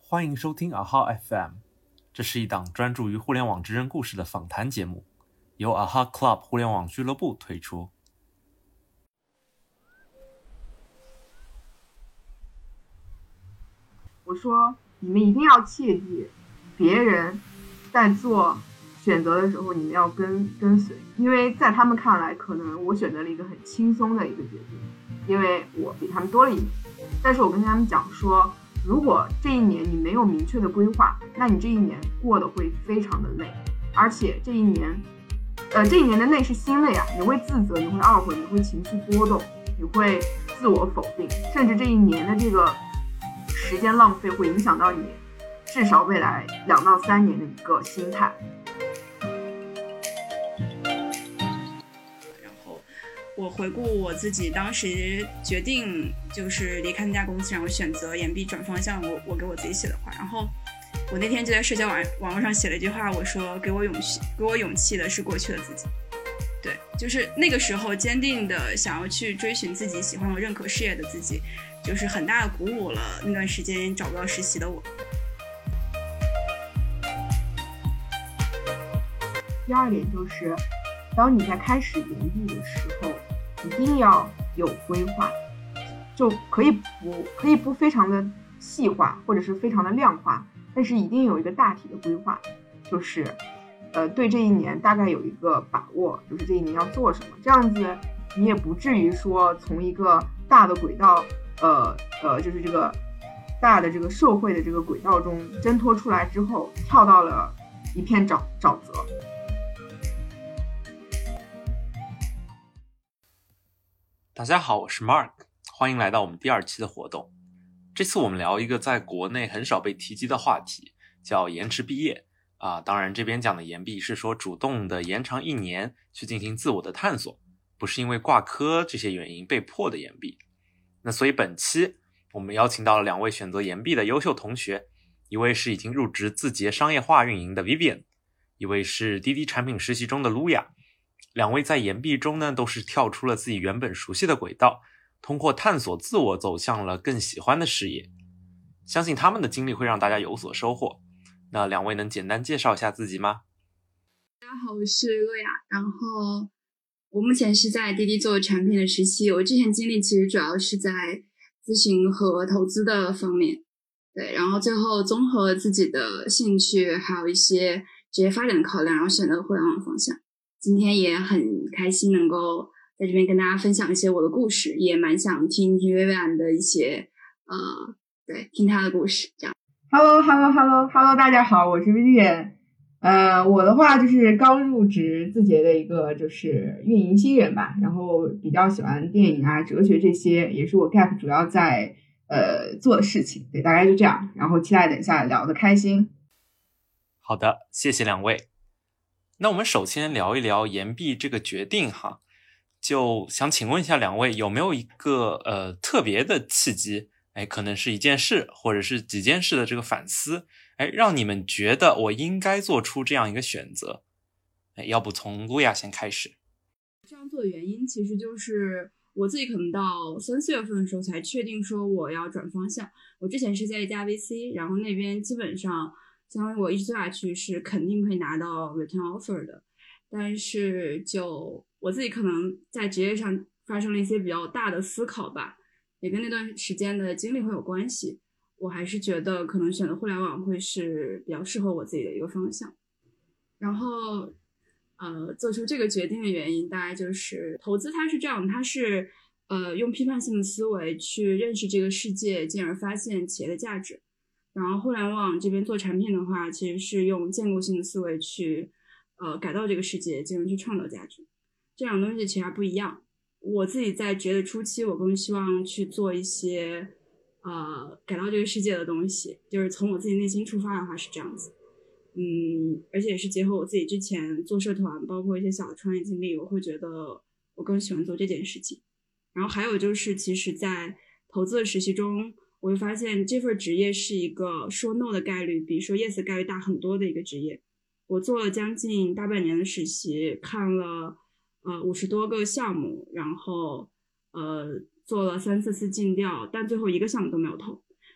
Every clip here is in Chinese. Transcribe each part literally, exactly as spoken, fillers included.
欢迎收听 A H A F M， 这是一档专注于互联网职人故事的访谈节目，由 A H A Club 互联网俱乐部推出。 我说你们一定要切记，别人在做选择的时候，你们要跟跟随，因为在他们看来，可能我选择了一个很轻松的一个决定，因为我比他们多了一年。但是我跟他们讲说，如果这一年你没有明确的规划，那你这一年过得会非常的累，而且这一年，呃，这一年的累是心累啊，你会自责，你会懊悔，你会情绪波动，你会自我否定，甚至这一年的这个时间浪费会影响到你至少未来两到三年的一个心态。 我回顾我自己当时决定就是离开那家公司，然后选择延毕转方向，我我给我自己写的话。然后我那天就在社交网网络上写了一句话，我说给我勇气给我勇气的是过去的自己。对，就是那个时候坚定的想要去追寻自己喜欢和认可事业的自己，就是很大的鼓舞了那段时间找不到实习的我。 第二点就是，当你在开始延毕的时候，一定要有规划，就可以不可以不非常的细化，或者是非常的量化，但是一定有一个大体的规划，就是呃对这一年大概有一个把握，就是这一年要做什么，这样子你也不至于说从一个大的轨道，呃呃就是这个大的这个社会的这个轨道中挣脱出来之后，跳到了一片沼沼泽。 大家好，我是 Mark， 欢迎来到我们第二期的活动。这次我们聊一个在国内很少被提及的话题，叫延迟毕业啊。当然这边讲的延毕是说主动的延长一年去进行自我的探索，不是因为挂科这些原因被迫的延毕。那所以本期我们邀请到了两位选择延毕的优秀同学，一位是已经入职字节商业化运营的 Vivian， 一位是滴滴产品实习中的 Luya。两位在延毕中呢，都是跳出了自己原本熟悉的轨道，通过探索自我走向了更喜欢的事业。相信他们的经历会让大家有所收获。那两位能简单介绍一下自己吗？ 大家好，我是洛雅，然后我目前是在滴滴做产品的实习。我之前经历其实主要是在咨询和投资的方面，对，然后最后综合自己的兴趣还有一些职业发展的考量，然后选择互联网方向。今天也很开心能够在这边跟大家分享一些我的故事，也蛮想听听薇薇安的一些呃，对，听她的故事这样。 Hello Hello Hello Hello， 大家好，我是 Vivian。呃，我的话就是刚入职字节的一个就是运营新人吧，然后比较喜欢电影啊、哲学这些，也是我 Gap 主要在呃做的事情。对，大概就这样，然后期待等一下聊得开心。 好的，谢谢两位。那我们首先聊一聊延毕这个决定哈，就想请问一下两位有没有一个呃特别的契机，哎，可能是一件事或者是几件事的这个反思，哎，让你们觉得我应该做出这样一个选择。哎，要不从路亚先开始。 这样做的原因其实就是我自己可能到三四月份的时候才确定说我要转方向。我之前是在一家 V C， 然后那边基本上相当于我一直做下去是肯定可以拿到 return offer 的，但是就我自己可能在职业上发生了一些比较大的思考吧，也跟那段时间的经历会有关系。我还是觉得可能选择互联网会是比较适合我自己的一个方向。然后呃，做出这个决定的原因大概就是投资它是这样，它是呃用批判性的思维去认识这个世界，进而发现企业的价值。然后互联网这边做产品的话，其实是用建构性的思维去呃改造这个世界，进而去创造价值。这两个东西其实还不一样。我自己在职业的初期，我更希望去做一些呃改造这个世界的东西，就是从我自己内心出发的话是这样子。嗯，而且是结合我自己之前做社团，包括一些小的创业经历，我会觉得我更喜欢做这件事情。然后还有就是，其实在投资的实习中，我会发现这份职业是一个说 no 的概率比说 yes 的概率大很多的一个职业。我做了将近大半年的实习，看了呃五十多个项目，然后呃做了三四次尽调，但最后一个项目都没有投。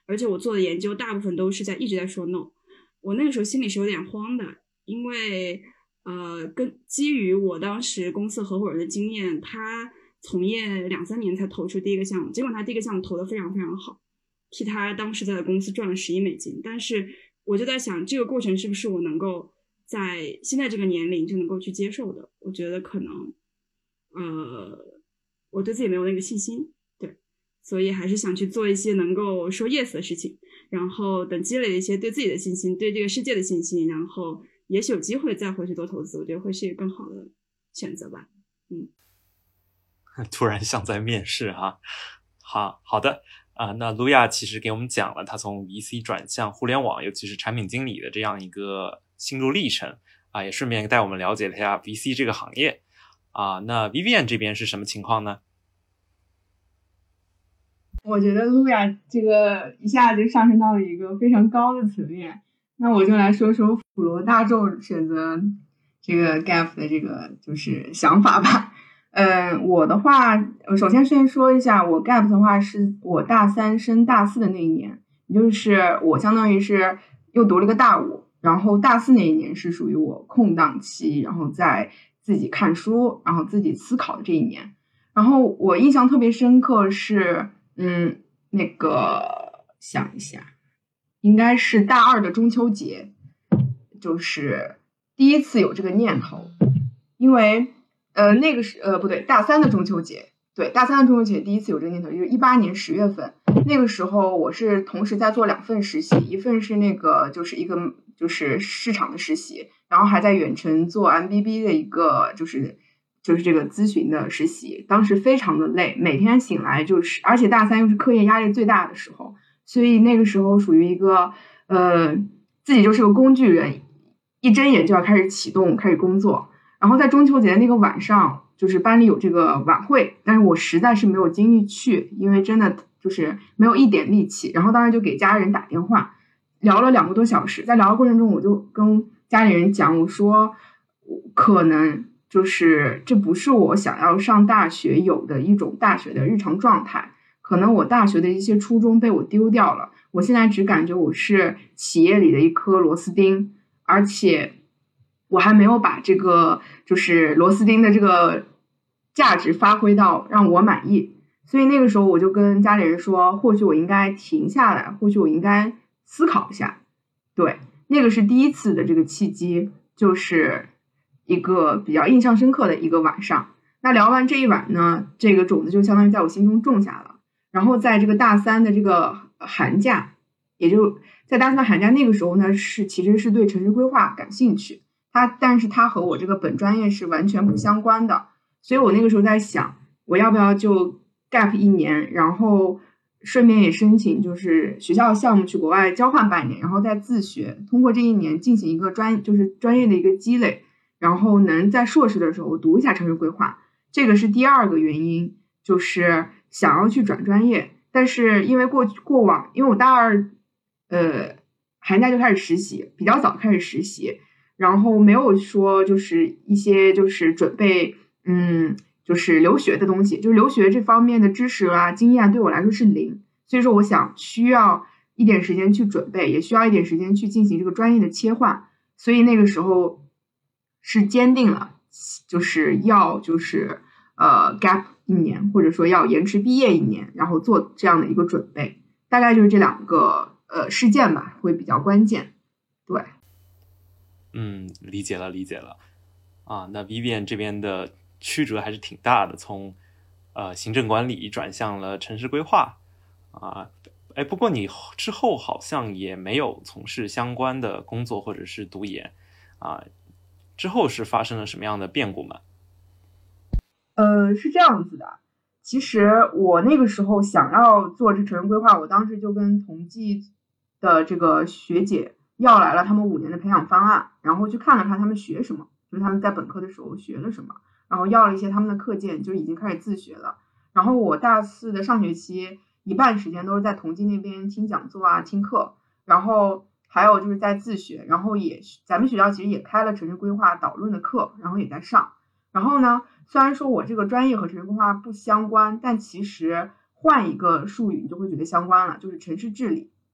而且我做的研究大部分都是在一直在说 no。我那个时候心里是有点慌的，因为呃，跟基于我当时公司合伙人的经验，他从业两三年才投出第一个项目，尽管他第一个项目投得非常非常好，替他当时在的公司赚了十亿美金，但是我就在想，这个过程是不是我能够在现在这个年龄就能够去接受的？我觉得可能，呃，我对自己没有那个信心，对，所以还是想去做一些能够说 yes 的事情，然后等积累一些对自己的信心，对这个世界的信心，然后也许有机会再回去做投资，我觉得会是一个更好的选择吧。嗯， 突然像在面试哈。好好的啊、呃，那卢亚其实给我们讲了他从 V C 转向互联网，尤其是产品经理的这样一个心路历程啊，也顺便带我们了解了一下 V C 这个行业啊。那 Vivian 这边是什么情况呢？ 我觉得路亚这个一下就上升到了一个非常高的层面，那我就来说说普罗大众选择这个 gap 的这个就是想法吧。呃，我的话，首先先说一下，我 gap 的话是我大三升大四的那一年，也就是我相当于是又读了个大五，然后大四那一年是属于我空档期，然后在自己看书，然后自己思考的这一年。然后我印象特别深刻是，嗯，那个想一下，应该是大二的中秋节，就是第一次有这个念头，因为呃那个是呃不对，大三的中秋节，对，大三的中秋节第一次有这个念头，就是一八年十月份，那个时候我是同时在做两份实习，一份是那个就是一个就是市场的实习，然后还在远程做 M B B 的一个就是就是这个咨询的实习，当时非常的累，每天醒来就是，而且大三又是课业压力最大的时候，所以那个时候属于一个呃自己就是个工具人，一睁眼就要开始启动开始工作。然后在中秋节那个晚上，就是班里有这个晚会，但是我实在是没有精力去，因为真的就是没有一点力气。然后当时就给家人打电话，聊了两个多小时，在聊的过程中，我就跟家里人讲，我说可能就是这不是我想要上大学有的一种大学的日常状态，可能我大学的一些初衷被我丢掉了，我现在只感觉我是企业里的一颗螺丝钉，而且我还没有把这个就是螺丝钉的这个价值发挥到让我满意。所以那个时候我就跟家里人说，或许我应该停下来，或许我应该思考一下。对，那个是第一次的这个契机，就是一个比较印象深刻的一个晚上。那聊完这一晚呢，这个种子就相当于在我心中种下了。然后在这个大三的这个寒假，也就在大三的寒假那个时候呢，是其实是对城市规划感兴趣，它但是它和我这个本专业是完全不相关的，所以我那个时候在想，我要不要就 gap 一年，然后顺便也申请就是学校项目去国外交换半年，然后再自学，通过这一年进行一个专就是专业的一个积累，然后能在硕士的时候读一下城市规划。这个是第二个原因，就是想要去转专业。但是因为过过往因为我大二呃寒假就开始实习，比较早开始实习，然后没有说就是一些就是准备嗯就是留学的东西，就是留学这方面的知识啊经验对我来说是零，所以说我想需要一点时间去准备，也需要一点时间去进行这个专业的切换。所以那个时候是坚定了就是要就是呃 gap 一年，或者说要延迟毕业一年，然后做这样的一个准备。大概就是这两个呃事件吧，会比较关键。对， 嗯，理解了理解了啊。那 Vivian 这边的曲折还是挺大的，从呃行政管理转向了城市规划啊。哎，不过你之后好像也没有从事相关的工作或者是读研啊，之后是发生了什么样的变故吗？ 呃，是这样子的，其实我那个时候想要做这城市规划，我当时就跟同济的这个学姐要来了他们五年的培养方案，然后去看了看他们学什么，就是他们在本科的时候学了什么，然后要了一些他们的课件，就已经开始自学了。然后我大四的上学期一半时间都是在同济那边听讲座啊听课，然后还有就是在自学，然后也咱们学校其实也开了城市规划导论的课，然后也在上。然后呢，虽然说我这个专业和城市规划不相关，但其实换一个术语你就会觉得相关了，就是城市治理。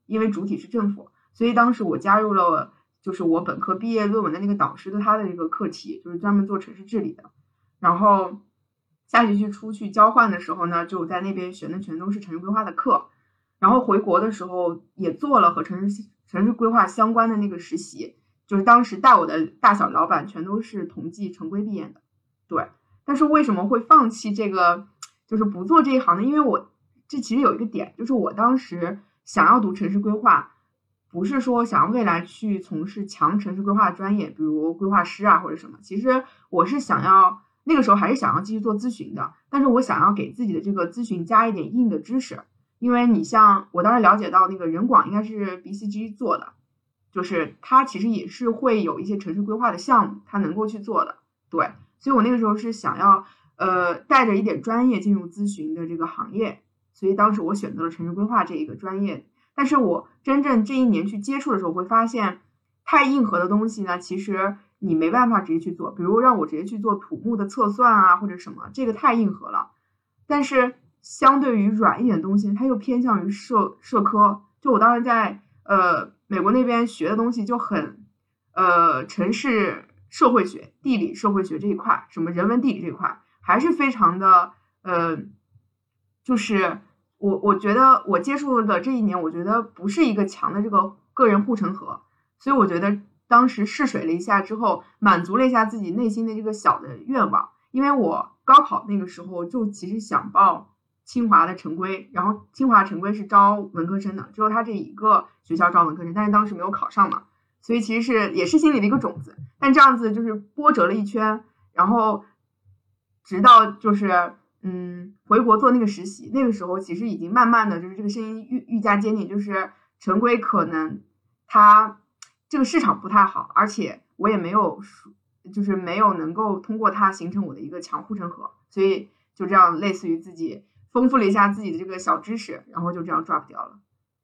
因为主体是政府，所以当时我加入了就是我本科毕业论文的那个导师的他的这个课题，就是专门做城市治理的。然后下学期出去交换的时候呢，就在那边选的全都是城市规划的课，然后回国的时候也做了和城市城市规划相关的那个实习，就是当时带我的大小老板全都是同济城规毕业的。对，但是为什么会放弃这个，就是不做这一行呢？因为我这其实有一个点，就是我当时想要读城市规划，不是说想要未来去从事强城市规划专业，比如规划师啊或者什么。其实我是想要那个时候还是想要继续做咨询的，但是我想要给自己的这个咨询加一点硬的知识，因为你像我当时了解到那个人广应该是 B C G 做的，就是它其实也是会有一些城市规划的项目，它能够去做的。对，所以我那个时候是想要呃带着一点专业进入咨询的这个行业，所以当时我选择了城市规划这一个专业。但是我真正这一年去接触的时候，会发现太硬核的东西呢，其实你没办法直接去做，比如让我直接去做土木的测算啊或者什么，这个太硬核了。但是相对于软一点的东西，它又偏向于社社科，就我当时在呃美国那边学的东西就很呃城市社会学、地理社会学这一块，什么人文地理这一块，还是非常的呃，就是我我觉得我接触的这一年，我觉得不是一个强的这个个人护城河，所以我觉得当时试水了一下之后，满足了一下自己内心的这个小的愿望。因为我高考那个时候就其实想报清华的城规，然后清华城规是招文科生的，只有他这一个学校招文科生，但是当时没有考上嘛，所以其实是也是心里的一个种子。但这样子就是波折了一圈，然后直到就是嗯回国做那个实习，那个时候其实已经慢慢的就是这个声音愈愈加坚定，就是城规可能它这个市场不太好，而且我也没有就是没有能够通过它形成我的一个强护城河，所以就这样类似于自己丰富了一下自己的这个小知识，然后就这样 drop 掉了。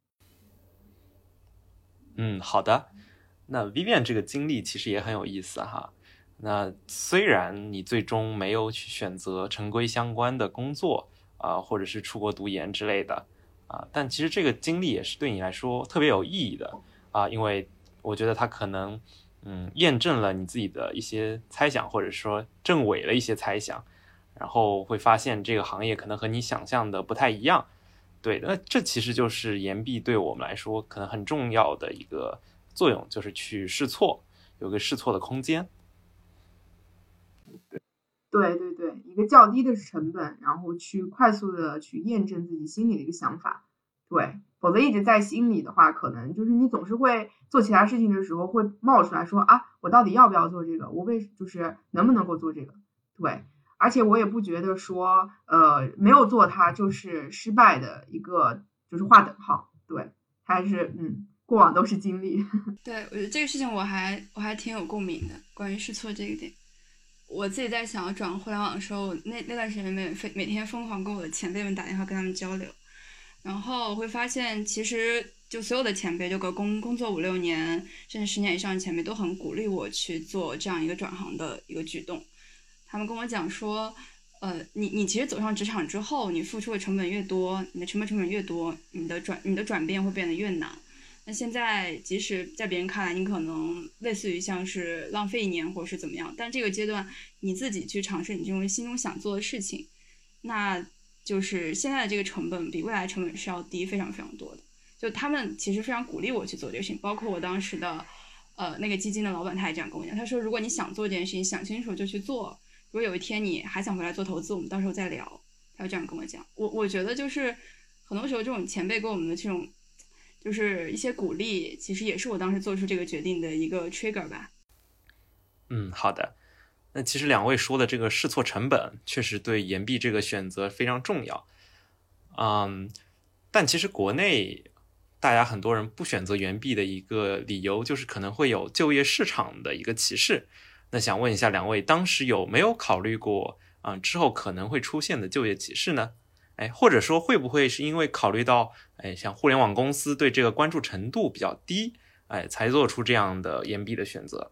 嗯，好的。那 Vivian 这个经历其实也很有意思哈。那虽然你最终没有去选择城规相关的工作啊、呃，或者是出国读研之类的啊、呃，但其实这个经历也是对你来说特别有意义的啊、呃，因为我觉得它可能嗯验证了你自己的一些猜想，或者说证伪了一些猜想，然后会发现这个行业可能和你想象的不太一样。对，那这其实就是研毕对我们来说可能很重要的一个作用，就是去试错，有个试错的空间。 对对对，一个较低的成本，然后去快速的去验证自己心里的一个想法。对，否则一直在心里的话，可能就是你总是会做其他事情的时候会冒出来说啊，我到底要不要做这个？我为就是能不能够做这个？对，而且我也不觉得说呃没有做它就是失败的一个就是划等号。对，它还是嗯过往都是经历。 对，我觉得这个事情我还我还挺有共鸣的，关于试错这个点。我自己在想要转互联网的时候，那那段时间每每天疯狂跟我的前辈们打电话跟他们交流，然后我会发现其实就所有的前辈，就个工工作五六年甚至十年以上的前辈都很鼓励我去做这样一个转行的一个举动。他们跟我讲说呃，你你其实走上职场之后，你付出的成本越多，你的成本成本越多，你的转你的转变会变得越难。那现在即使在别人看来你可能类似于像是浪费一年或者是怎么样，但这个阶段你自己去尝试你这种心中想做的事情，那就是现在的这个成本比未来成本是要低非常非常多的。就他们其实非常鼓励我去做这个事情，包括我当时的呃那个基金的老板他也这样跟我讲，他说如果你想做这件事情想清楚就去做，如果有一天你还想回来做投资我们到时候再聊，他就这样跟我讲。我我觉得就是很多时候这种前辈给我们的这种就是一些鼓励，其实也是我当时做出这个决定的一个 trigger 吧。 嗯，好的。那其实两位说的这个试错成本确实对研毕这个选择非常重要。嗯，但其实国内大家很多人不选择研毕的一个理由就是可能会有就业市场的一个歧视。那想问一下两位，当时有没有考虑过啊、嗯、之后可能会出现的就业歧视呢？哎，或者说会不会是因为考虑到，哎，像互联网公司对这个关注程度比较低，哎，才做出这样的研毕的选择？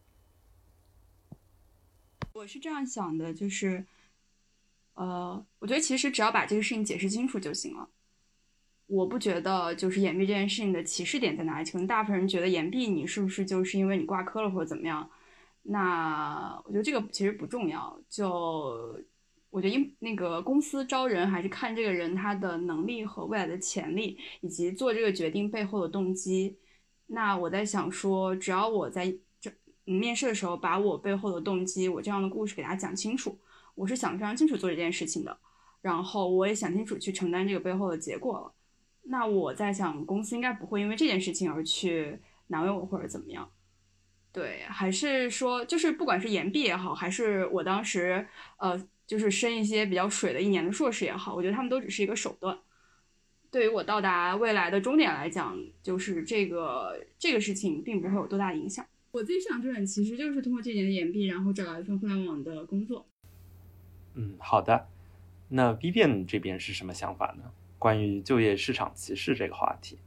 我是这样想的，就是，呃，我觉得其实只要把这个事情解释清楚就行了。 我不觉得就是延毕这件事情的歧视点在哪里，可能大部分人觉得延毕你是不是就是因为你挂科了或者怎么样，那我觉得这个其实不重要，就我觉得因那个公司招人还是看这个人他的能力和未来的潜力，以及做这个决定背后的动机。那我在想说，只要我在这面试的时候把我背后的动机，我这样的故事给大家讲清楚，我是想非常清楚做这件事情的，然后我也想清楚去承担这个背后的结果了。那我在想，公司应该不会因为这件事情而去难为我或者怎么样。对，还是说，就是不管是延毕也好，还是我当时呃，就是升一些比较水的一年的硕士也好，我觉得他们都只是一个手段。对于我到达未来的终点来讲，就是这个这个事情并不会有多大影响。我自己想重点其实就是通过这年的延毕，然后找到一份互联网的工作。 嗯，好的。那 Vivian 这边是什么想法呢？关于就业市场歧视这个话题。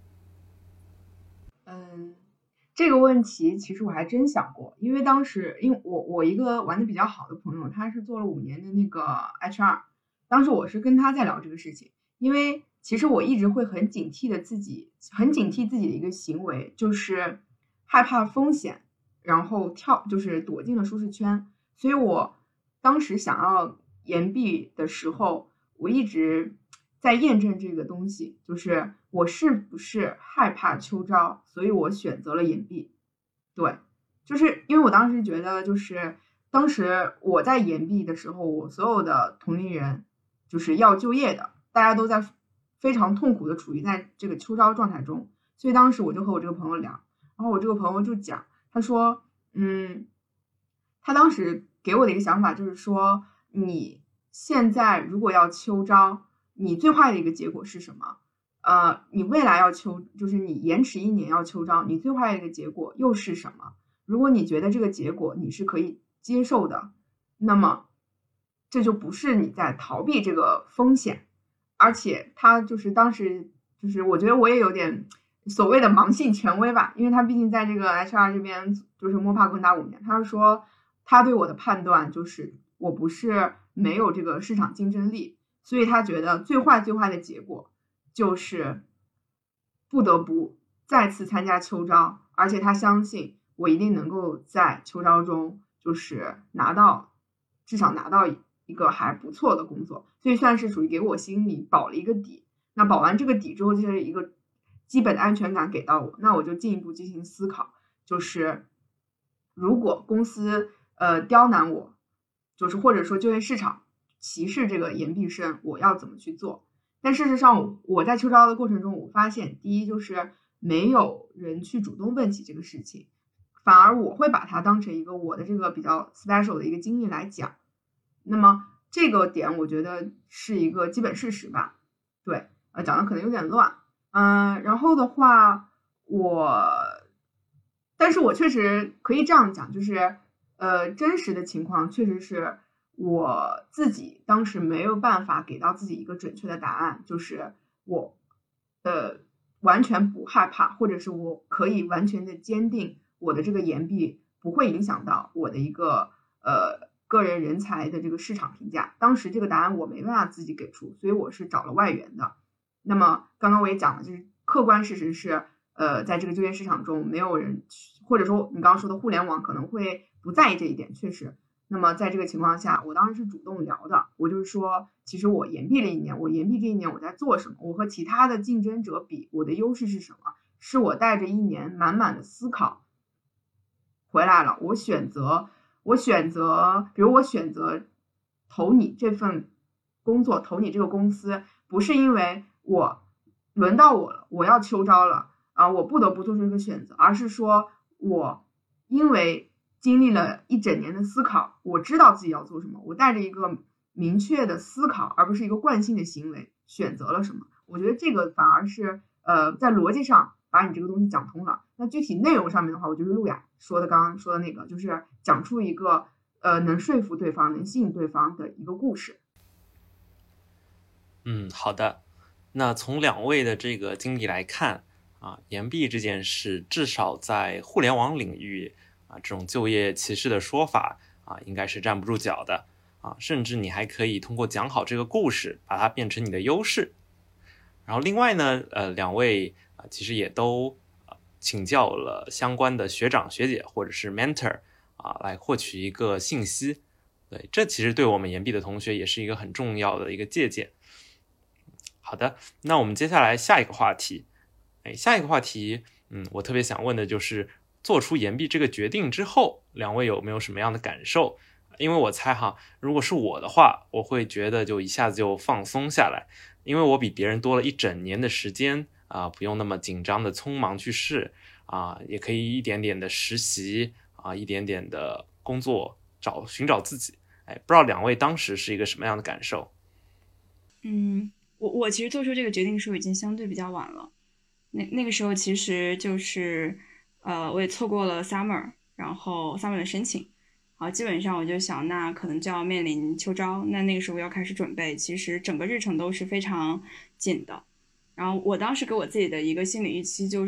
嗯，这个问题其实我还真想过，因为当时因为我我一个玩的比较好的朋友，他是做了五年的那个 H R， 当时我是跟他在聊这个事情，因为其实我一直会很警惕的自己，很警惕自己的一个行为，就是害怕风险，然后跳就是躲进了舒适圈，所以我当时想要延毕的时候，我一直在验证这个东西，就是我是不是害怕秋招，所以我选择了延毕。对，就是因为我当时觉得，就是当时我在延毕的时候，我所有的同龄人就是要就业的，大家都在非常痛苦的处于在这个秋招状态中，所以当时我就和我这个朋友聊，然后我这个朋友就讲，他说，嗯，他当时给我的一个想法就是说，你现在如果要秋招，你最坏的一个结果是什么？呃，你未来要秋，就是你延迟一年要秋招，你最坏的一个结果又是什么？如果你觉得这个结果你是可以接受的，那么这就不是你在逃避这个风险，而且他就是当时就是我觉得我也有点所谓的盲信权威吧，因为他毕竟在这个 H R 这边就是摸爬滚打五年，他是说他对我的判断就是我不是没有这个市场竞争力，所以他觉得最坏最坏的结果就是不得不再次参加秋招，而且他相信我一定能够在秋招中就是拿到至少拿到一个还不错的工作，所以算是属于给我心里保了一个底。那保完这个底之后，就是一个基本的安全感给到我，那我就进一步进行思考，就是如果公司呃刁难我，就是或者说就业市场歧视这个延毕生，我要怎么去做？但事实上我在秋招的过程中，我发现第一就是没有人去主动问起这个事情，反而我会把它当成一个我的这个比较 special 的一个经历来讲。那么这个点我觉得是一个基本事实吧。对，呃，讲的可能有点乱。嗯、呃，然后的话，我，但是我确实可以这样讲，就是呃，真实的情况确实是我自己当时没有办法给到自己一个准确的答案，就是我呃完全不害怕，或者是我可以完全的坚定我的这个延毕不会影响到我的一个呃个人人才的这个市场评价。当时这个答案我没办法自己给出，所以我是找了外援的。那么刚刚我也讲了，就是客观事实是呃在这个就业市场中没有人，或者说你刚刚说的互联网可能会不在意这一点，确实。那么在这个情况下，我当时是主动聊的，我就是说其实我延毕了一年，我延毕这一年我在做什么，我和其他的竞争者比我的优势是什么，是我带着一年满满的思考回来了，我选择我选择比如我选择投你这份工作，投你这个公司，不是因为我轮到我了，我要秋招了啊，我不得不做出一个选择，而是说我因为经历了一整年的思考，我知道自己要做什么，我带着一个明确的思考，而不是一个惯性的行为选择了什么。我觉得这个反而是呃在逻辑上把你这个东西讲通了。那具体内容上面的话，我觉得路亚说的刚刚说的那个，就是讲出一个呃能说服对方、能吸引对方的一个故事。 嗯，好的。那从两位的这个经历来看啊，延毕这件事至少在互联网领域啊，这种就业歧视的说法啊，应该是站不住脚的啊，甚至你还可以通过讲好这个故事，把它变成你的优势然后另外呢，呃，两位啊、呃、其实也都、呃、请教了相关的学长学姐或者是 mentor 啊、呃，来获取一个信息。对，这其实对我们研毕的同学也是一个很重要的一个借鉴。好的，那我们接下来下一个话题，哎，下一个话题，嗯，我特别想问的就是做出研毕这个决定之后，两位有没有什么样的感受？因为我猜哈，如果是我的话，我会觉得就一下子就放松下来，因为我比别人多了一整年的时间啊、呃，不用那么紧张的匆忙去试啊、呃，也可以一点点的实习啊、呃，一点点的工作找寻找自己。哎，不知道两位当时是一个什么样的感受？ 嗯，我我其实做出这个决定的时候已经相对比较晚了，那那个时候其实就是呃，我也错过了 summer， 然后 summer 的申请。好，基本上我就想，那可能就要面临秋招，那那个时候要开始准备，其实整个日程都是非常紧的。然后我当时给我自己的一个心理预期就是，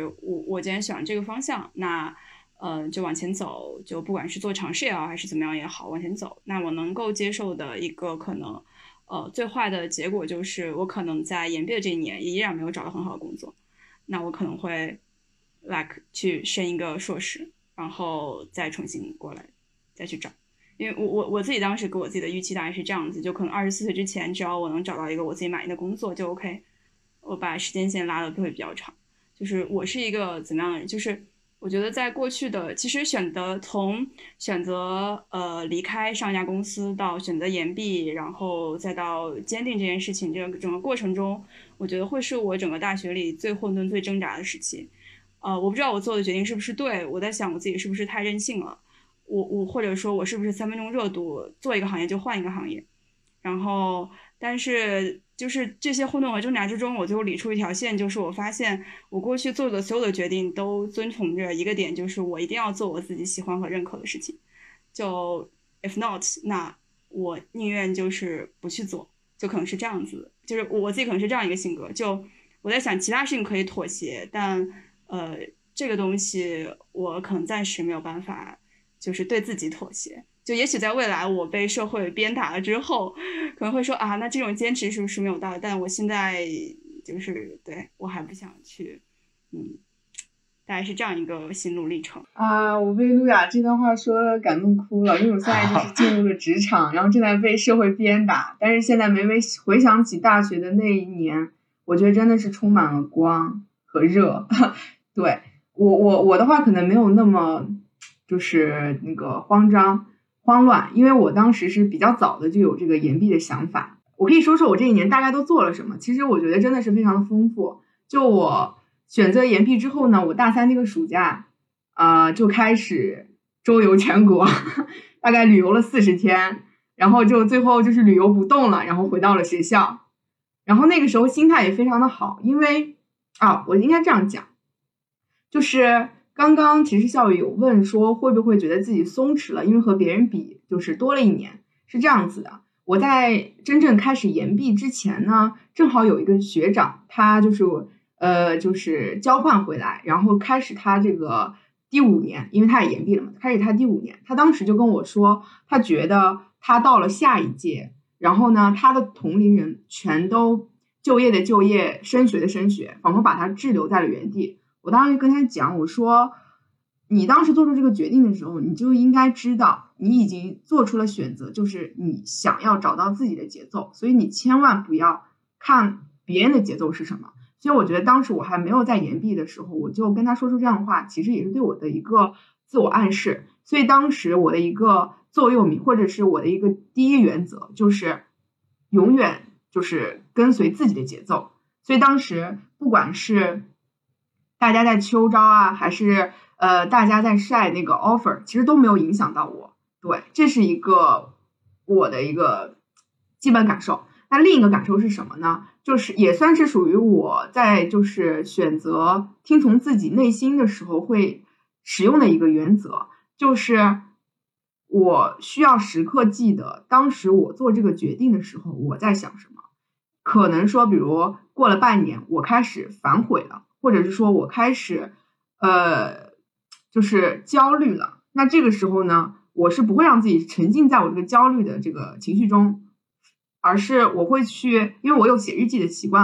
我我既然选这个方向，那呃就往前走，就不管是做尝试也好，还是怎么样也好，往前走。那我能够接受的一个可能，呃最坏的结果就是我可能在研毕的这一年也依然没有找到很好的工作，那我可能会 like 去升一个硕士，然后再重新过来。再去找，因为我我我自己当时给我自己的预期大概是这样子，就可能二十四岁之前，只要我能找到一个我自己满意的工作就 OK。我把时间线拉的会比较长，就是我是一个怎么样的人，就是我觉得在过去的其实选择从选择呃离开上一家公司到选择延毕，然后再到坚定这件事情，这个整个过程中，我觉得会是我整个大学里最混沌、最挣扎的时期。呃，我不知道我做的决定是不是对，我在想我自己是不是太任性了。我我或者说我是不是三分钟热度做一个行业就换一个行业，然后但是就是这些混沌和挣扎之中，我最后理出一条线，就是我发现我过去做的所有的决定都遵从着一个点，就是我一定要做我自己喜欢和认可的事情，就 if not 那我宁愿就是不去做，就可能是这样子，就是我自己可能是这样一个性格，就我在想其他事情可以妥协，但呃这个东西我可能暂时没有办法就是对自己妥协，就也许在未来我被社会鞭打了之后，可能会说啊，那这种坚持是不是没有道理？但我现在就是对我还不想去，嗯，大概是这样一个心路历程啊！我被路亚这段话说感动哭了，因为我现在就是进入了职场，然后正在被社会鞭打，但是现在每每回想起大学的那一年，我觉得真的是充满了光和热。对我我我的话可能没有那么。就是那个慌张慌乱，因为我当时是比较早的就有这个延毕的想法。我可以说说我这一年大概都做了什么，其实我觉得真的是非常的丰富。就我选择延毕之后呢，我大三那个暑假啊、呃、就开始周游全国，大概旅游了四十天，然后就最后就是旅游不动了，然后回到了学校。然后那个时候心态也非常的好，因为啊我应该这样讲，就是刚刚其实校友有问说会不会觉得自己松弛了，因为和别人比就是多了一年。是这样子的，我在真正开始延毕之前呢，正好有一个学长，他就是呃就是交换回来，然后开始他这个第五年，因为他也延毕了嘛，开始他第五年。他当时就跟我说，他觉得他到了下一届，然后呢他的同龄人全都就业的就业，升学的升学，仿佛把他滞留在了原地。我当时跟他讲，我说你当时做出这个决定的时候，你就应该知道你已经做出了选择，就是你想要找到自己的节奏，所以你千万不要看别人的节奏是什么。所以我觉得当时我还没有在延毕的时候，我就跟他说出这样的话，其实也是对我的一个自我暗示。所以当时我的一个座右铭，或者是我的一个第一原则，就是永远就是跟随自己的节奏。所以当时不管是大家在秋招啊，还是呃大家在晒那个 offer， 其实都没有影响到我。对，这是一个我的一个基本感受。那另一个感受是什么呢？就是也算是属于我在就是选择听从自己内心的时候会使用的一个原则，就是我需要时刻记得当时我做这个决定的时候我在想什么。可能说比如过了半年我开始反悔了，或者是说我开始呃就是焦虑了，那这个时候呢，我是不会让自己沉浸在我这个焦虑的这个情绪中，而是我会去，因为我有写日记的习惯嘛，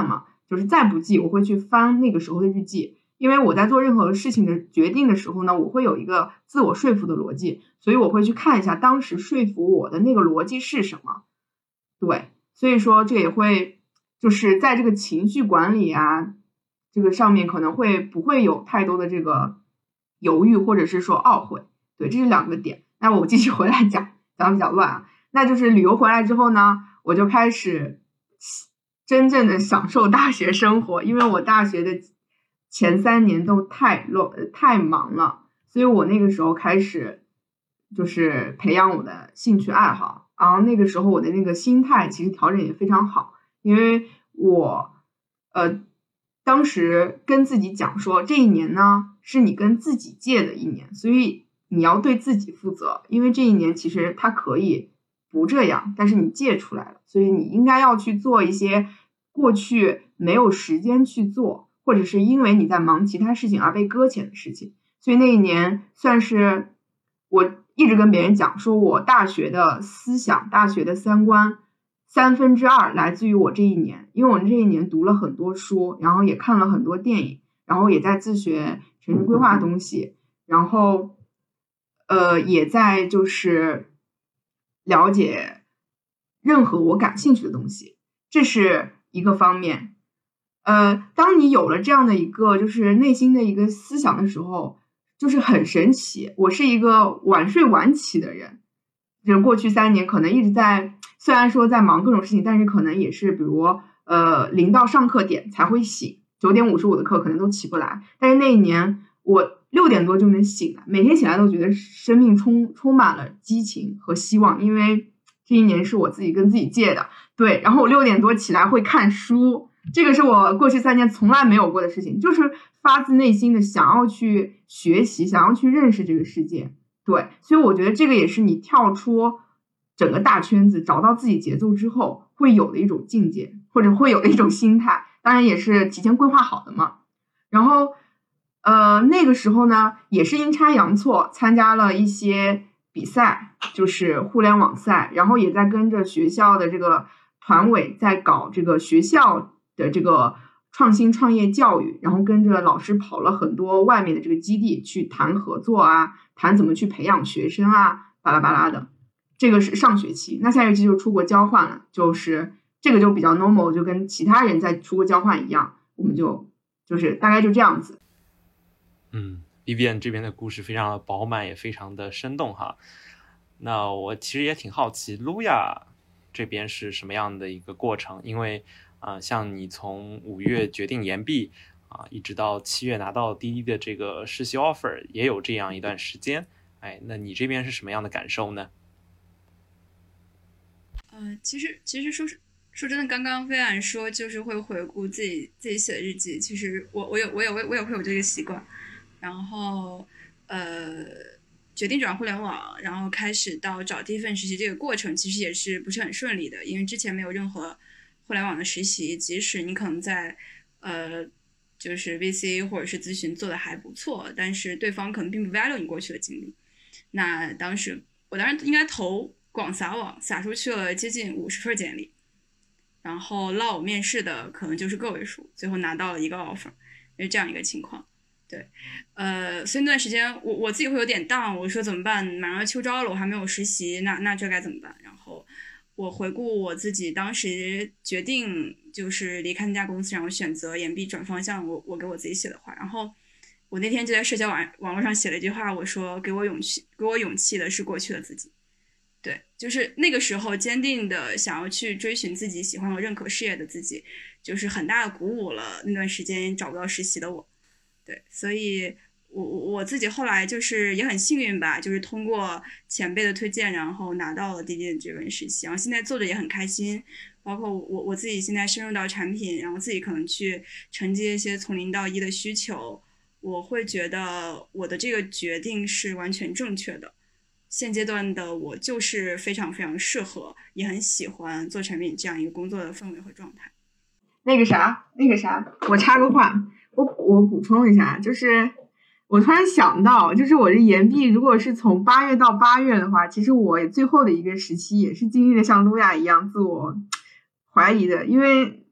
就是再不济我会去翻那个时候的日记，因为我在做任何事情的决定的时候呢，我会有一个自我说服的逻辑，所以我会去看一下当时说服我的那个逻辑是什么。对，所以说这也会就是在这个情绪管理啊这个上面可能会不会有太多的这个犹豫或者是说懊悔。对，这是两个点。那我继续回来讲，讲比较乱啊。那就是旅游回来之后呢，我就开始真正的享受大学生活，因为我大学的前三年都太乱太忙了，所以我那个时候开始就是培养我的兴趣爱好，然后那个时候我的那个心态其实调整也非常好，因为我呃当时跟自己讲说，这一年呢是你跟自己借的一年，所以你要对自己负责，因为这一年其实它可以不这样，但是你借出来了，所以你应该要去做一些过去没有时间去做，或者是因为你在忙其他事情而被搁浅的事情。所以那一年算是我一直跟别人讲说，我大学的思想大学的三观三分之二来自于我这一年，因为我这一年读了很多书，然后也看了很多电影，然后也在自学城市规划的东西，然后呃也在就是了解任何我感兴趣的东西，这是一个方面。呃，当你有了这样的一个就是内心的一个思想的时候，就是很神奇。我是一个晚睡晚起的人，就过去三年可能一直在，虽然说在忙各种事情，但是可能也是比如呃临到上课点才会醒，九点五十五的课可能都起不来，但是那一年我六点多就能醒来，每天起来都觉得生命充充满了激情和希望，因为这一年是我自己跟自己借的。对，然后我六点多起来会看书，这个是我过去三年从来没有过的事情，就是发自内心的想要去学习，想要去认识这个世界。对，所以我觉得这个也是你跳出整个大圈子找到自己节奏之后会有的一种境界，或者会有的一种心态，当然也是提前规划好的嘛。然后呃那个时候呢也是阴差阳错参加了一些比赛，就是互联网赛，然后也在跟着学校的这个团委在搞这个学校的这个创新创业教育，然后跟着老师跑了很多外面的这个基地去谈合作啊，谈怎么去培养学生啊，巴拉巴拉的。这个是上学期，那下学期就出国交换了，就是这个就比较 normal， 就跟其他人在出国交换一样，我们就就是大概就这样子。 嗯 Vivian 这边的故事非常的饱满，也非常的生动哈。那我其实也挺好奇 Luya 这边是什么样的一个过程，因为啊、呃，像你从五月决定延毕啊、呃，一直到七月拿到滴滴的这个实习 offer， 也有这样一段时间。哎，那你这边是什么样的感受呢？ 呃，其实其实说说真的，刚刚飞安说就是会回顾自己自己写的日记，其实我我有我有我也会有这个习惯，然后呃。决定转互联网，然后开始到找第一份实习这个过程其实也是不是很顺利的，因为之前没有任何互联网的实习，即使你可能在呃就是 V C 或者是咨询做的还不错，但是对方可能并不 value 你过去的经历。那当时我当时应该投广撒网，撒出去了接近五十份简历，然后落我面试的可能就是个位数，最后拿到了一个 offer， 是这样一个情况。对，呃，所以那段时间我我自己会有点 down， 我说怎么办？马上要秋招了，我还没有实习，那那这该怎么办？然后我回顾我自己当时决定就是离开那家公司，然后选择延毕转方向，我我给我自己写的话，然后我那天就在社交网网络上写了一句话，我说给我勇气，给我勇气的是过去的自己。对，就是那个时候坚定的想要去追寻自己喜欢和认可事业的自己，就是很大的鼓舞了那段时间找不到实习的我。对，所以我我自己后来就是也很幸运吧，就是通过前辈的推荐，然后拿到了滴滴的这份实习，然后现在做的也很开心，包括我我自己现在深入到产品，然后自己可能去承接一些从零到一的需求，我会觉得我的这个决定是完全正确的。现阶段的我就是非常非常适合，也很喜欢做产品这样一个工作的氛围和状态。 那个啥，那个啥，我插个话。我我补充一下，就是我突然想到，就是我这延毕如果是从八月到八月的话，其实我最后的一个时期也是经历了像Luya一样自我怀疑的，因为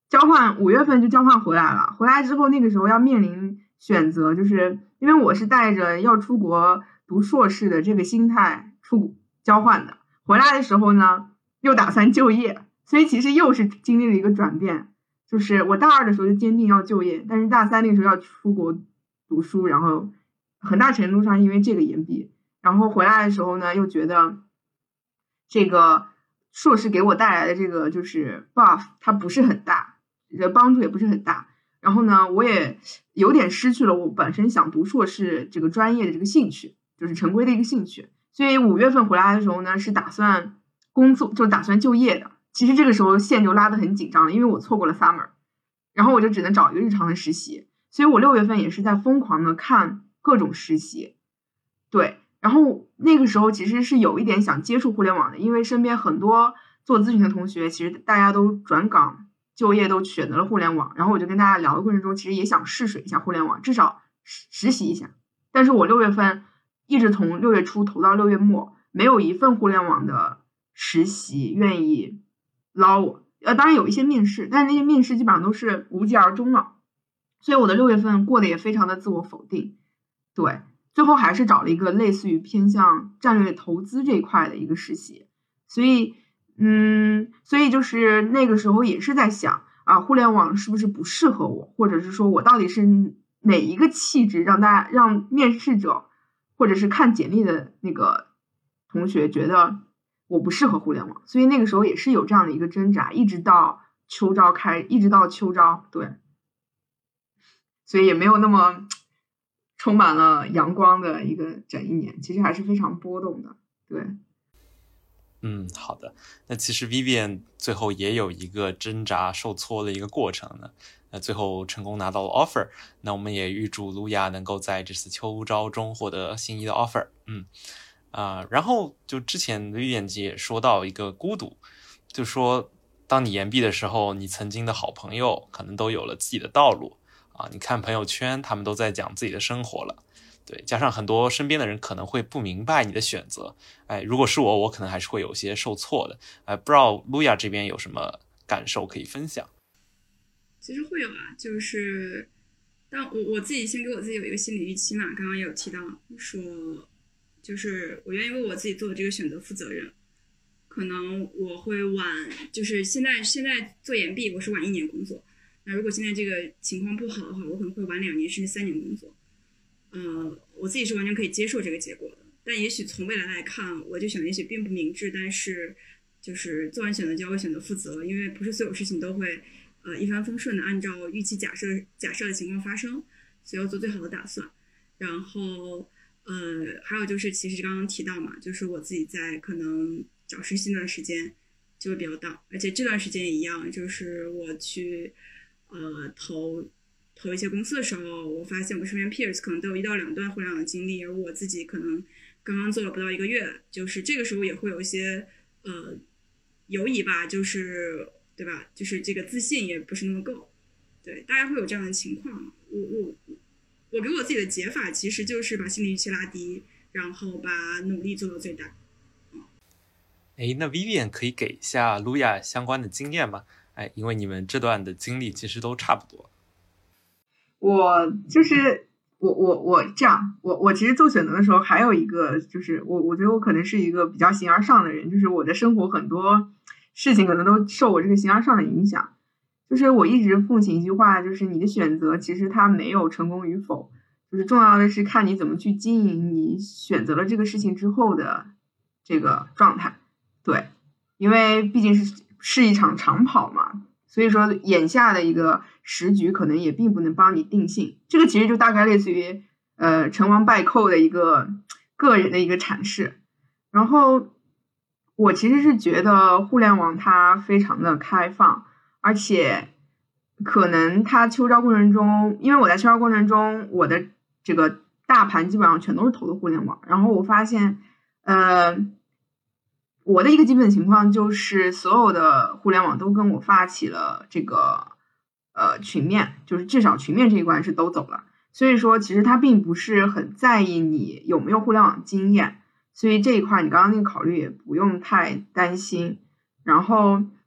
交换五月份就交换回来了，回来之后那个时候要面临选择，就是因为我是带着要出国读硕士的这个心态出交换的，回来的时候呢又打算就业，所以其实又是经历了一个转变，就是我大二的时候就坚定要就业，但是大三那个时候要出国读书，然后很大程度上因为这个延毕，然后回来的时候呢又觉得这个硕士给我带来的这个就是 buff 它不是很大，帮助也不是很大，然后呢我也有点失去了我本身想读硕士这个专业的这个兴趣，就是正规的一个兴趣，所以五月份回来的时候呢是打算工作，就打算就业的。其实这个时候线就拉得很紧张了，因为我错过了 summer， 然后我就只能找一个日常的实习，所以我六月份也是在疯狂的看各种实习。对，然后那个时候其实是有一点想接触互联网的，因为身边很多做咨询的同学其实大家都转岗就业都选择了互联网，然后我就跟大家聊的过程中其实也想试水一下互联网，至少实习一下。但是我六月份一直从六月初投到六月末，没有一份互联网的实习愿意捞我，呃，当然有一些面试，但是那些面试基本上都是无疾而终了，所以我的六月份过得也非常的自我否定。对，最后还是找了一个类似于偏向战略投资这一块的一个实习，所以嗯，所以就是那个时候也是在想啊，互联网是不是不适合我，或者是说我到底是哪一个气质让大家让面试者或者是看简历的那个同学觉得我不适合互联网，所以那个时候也是有这样的一个挣扎，一直到秋招开，一直到秋招，对，所以也没有那么充满了阳光的一个整一年，其实还是非常波动的，对。 嗯，好的。那其实 Vivian 最后也有一个挣扎受挫的一个过程呢，那最后成功拿到了 offer。那我们也预祝卢亚能够在这次秋招中获得心仪的 offer。嗯，啊、呃，然后就之前 Vivian 姐也说到一个孤独，就说当你延毕的时候，你曾经的好朋友可能都有了自己的道路啊，你看朋友圈，他们都在讲自己的生活了。对，加上很多身边的人可能会不明白你的选择，哎，如果是我，我可能还是会有些受挫的，哎，不知道路亚这边有什么感受可以分享？ 其实会有啊，就是但我我自己先给我自己有一个心理预期嘛，刚刚也有提到说，就是我愿意为我自己做的这个选择负责任，可能我会晚，就是现在现在做延毕，我是晚一年工作，那如果现在这个情况不好的话，我可能会晚两年甚至三年工作。呃，我自己是完全可以接受这个结果的，但也许从未来来看，我就想也许并不明智，但是就是做完选择就要为选择负责，因为不是所有事情都会呃一帆风顺的按照预期假设假设的情况发生，所以要做最好的打算。然后呃，还有就是其实刚刚提到嘛，就是我自己在可能找实习那段时间就会比较大，而且这段时间也一样，就是我去呃投。投一些公司的时候，我发现我身边 peers 可能都有一到两段互联网的经历，而我自己可能刚刚做了不到一个月，就是这个时候也会有一些呃犹疑吧，就是对吧？就是这个自信也不是那么够，对，大家会有这样的情况。我我我给我自己的解法其实就是把心理预期拉低，然后把努力做到最大。 哎，那 Vivian 可以给一下路亚相关的经验吗？哎，因为你们这段的经历其实都差不多。 我就是我我我这样，我我其实做选择的时候还有一个就是我我觉得我可能是一个比较形而上的人，就是我的生活很多事情可能都受我这个形而上的影响。就是我一直奉行一句话，就是你的选择其实它没有成功与否，就是重要的是看你怎么去经营你选择了这个事情之后的这个状态。对，因为毕竟是是一场长跑嘛。所以说眼下的一个时局可能也并不能帮你定性，这个其实就大概类似于呃成王败寇的一个个人的一个阐释。然后我其实是觉得互联网它非常的开放，而且可能它秋招过程中，因为我在秋招过程中我的这个大盘基本上全都是投的互联网，然后我发现呃我的一个基本情况就是所有的互联网都跟我发起了这个呃群面，就是至少群面这一关是都走了，所以说其实他并不是很在意你有没有互联网经验，所以这一块你刚刚那个考虑也不用太担心。然后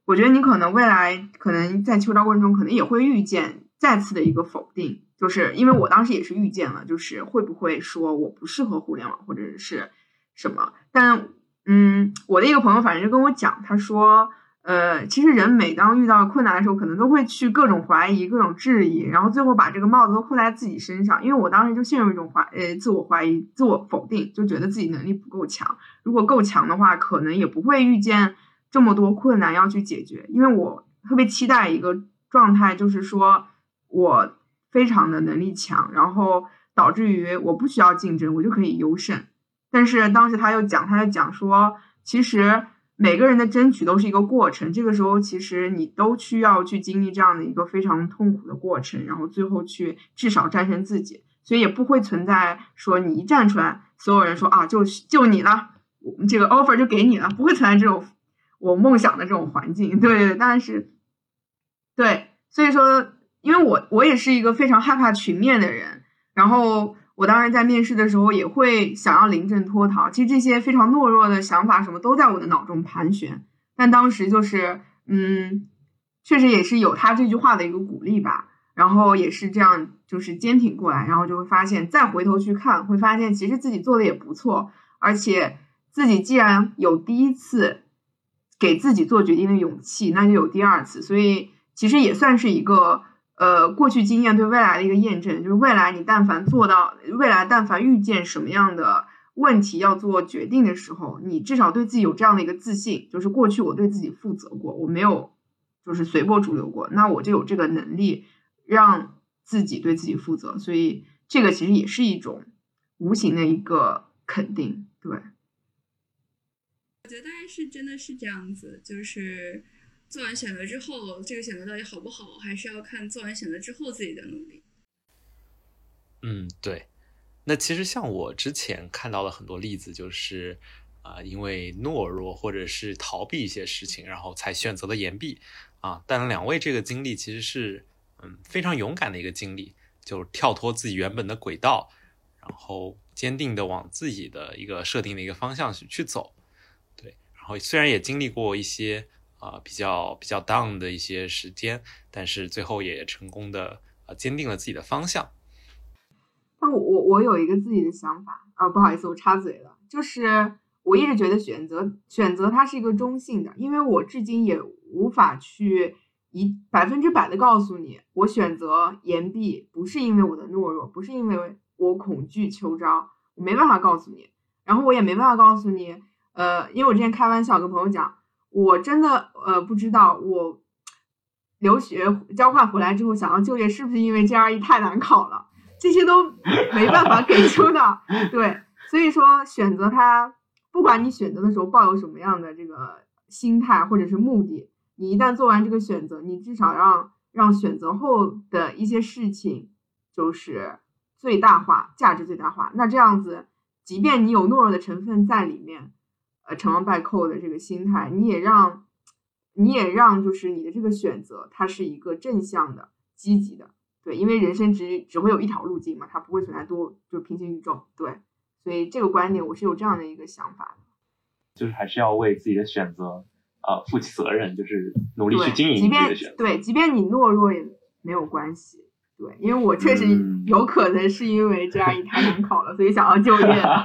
我觉得你可能未来可能在秋招过程中可能也会遇见再次的一个否定，就是因为我当时也是遇见了，就是会不会说我不适合互联网或者是什么，但嗯，我的一个朋友反正就跟我讲，他说呃，其实人每当遇到困难的时候，可能都会去各种怀疑、各种质疑，然后最后把这个帽子都扣在自己身上。因为我当时就陷入一种怀呃自我怀疑、自我否定，就觉得自己能力不够强。如果够强的话，可能也不会遇见这么多困难要去解决。因为我特别期待一个状态，就是说我非常的能力强，然后导致于我不需要竞争，我就可以优胜。但是当时他又讲，他又讲说，其实每个人的争取都是一个过程，这个时候其实你都需要去经历这样的一个非常痛苦的过程，然后最后去至少战胜自己，所以也不会存在说你一站出来，所有人说啊就就你了，这个 offer 就给你了，不会存在这种我梦想的这种环境。对对，但是对，所以说因为我我也是一个非常害怕群面的人，然后我当时在面试的时候也会想要临阵脱逃，其实这些非常懦弱的想法什么都在我的脑中盘旋，但当时就是嗯，确实也是有他这句话的一个鼓励吧，然后也是这样就是坚挺过来，然后就会发现再回头去看会发现其实自己做的也不错，而且自己既然有第一次给自己做决定的勇气，那就有第二次，所以其实也算是一个呃，过去经验对未来的一个验证，就是未来你但凡做到，未来但凡遇见什么样的问题要做决定的时候，你至少对自己有这样的一个自信，就是过去我对自己负责过，我没有就是随波逐流过，那我就有这个能力让自己对自己负责，所以这个其实也是一种无形的一个肯定。对， 我觉得大概是真的是这样子，就是做完选择之后，这个选择到底好不好，还是要看做完选择之后自己的努力。 嗯，对。那其实像我之前看到了很多例子，就是啊、呃，因为懦弱或者是逃避一些事情，然后才选择了延毕啊。但两位这个经历其实是嗯非常勇敢的一个经历，就跳脱自己原本的轨道，然后坚定的往自己的一个设定的一个方向去去走。对，然后虽然也经历过一些啊、呃、比较比较 down 的一些时间，但是最后也成功的呃坚定了自己的方向。 但我我我有一个自己的想法啊，不好意思，我插嘴了。就是我一直觉得选择选择它是一个中性的，因为我至今也无法去一百分之百的告诉你，我选择延毕不是因为我的懦弱，不是因为我恐惧秋招，我没办法告诉你。然后我也没办法告诉你，呃，因为我之前开玩笑跟朋友讲，我真的呃不知道我留学交换回来之后想要就业是不是因为 G R E 太难考了。这些都没办法给出的，对，所以说选择它，不管你选择的时候抱有什么样的这个心态或者是目的，你一旦做完这个选择，你至少让让选择后的一些事情就是最大化，价值最大化。那这样子，即便你有懦弱的成分在里面，呃，成王败寇的这个心态，你也让你也让就是你的这个选择，它是一个正向的、积极的。对，因为人生只只会有一条路径嘛，它不会存在多就是平行宇宙。对，所以这个观点我是有这样的一个想法的， 就是还是要为自己的选择呃负起责任，就是努力去经营自己的选择。 对，即便你懦弱也没有关系。对，因为我确实有可能是因为 G R E 太难考了，所以想要就业了。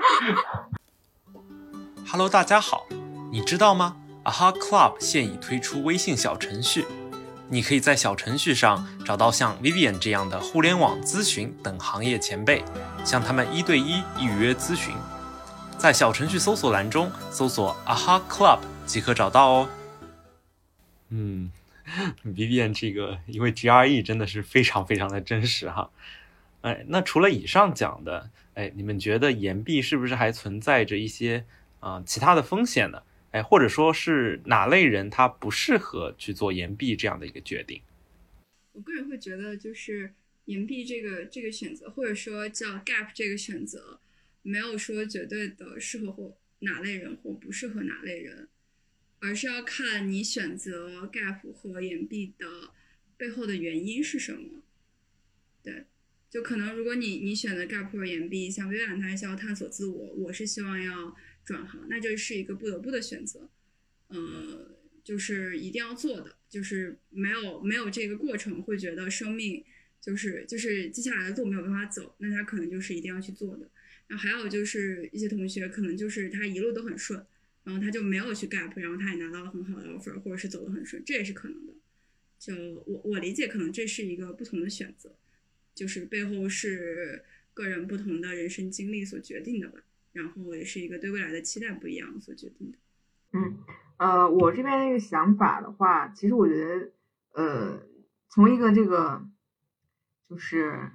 Hello， 大家好，你知道吗 ？A H A Club 现已推出微信小程序。你可以在小程序上找到像 Vivian 这样的互联网咨询等行业前辈，向他们一对一预约咨询。在小程序搜索栏中搜索 A H A Club 即可找到哦。嗯 ，Vivian 这个因为 G R E 真的是非常非常的真实哈。哎，那除了以上讲的，哎，你们觉得延毕是不是还存在着一些啊、呃、其他的风险呢？哎，或者说是哪类人他不适合去做延毕这样的一个决定？ 我个人会觉得，就是延毕这个这个选择，或者说叫 gap 这个选择，没有说绝对的适合或哪类人或不适合哪类人，而是要看你选择 gap 和延毕的背后的原因是什么。对，就可能如果你你选择 gap 或者延毕，像微软它是要探索自我，我是希望要转行，那就是一个不得不的选择。呃， 就是一定要做的，就是没有没有这个过程会觉得生命就是就是接下来的路没有办法走，那他可能就是一定要去做的。然后还有就是一些同学可能就是他一路都很顺，然后他就没有去 gap， 然后他也拿到了很好的 offer， 或者是走得很顺，这也是可能的。就我我理解，可能这是一个不同的选择，就是背后是个人不同的人生经历所决定的吧，然后也是一个对未来的期待不一样所决定的。 嗯，呃，我这边那个想法的话，其实我觉得，呃，从一个这个就是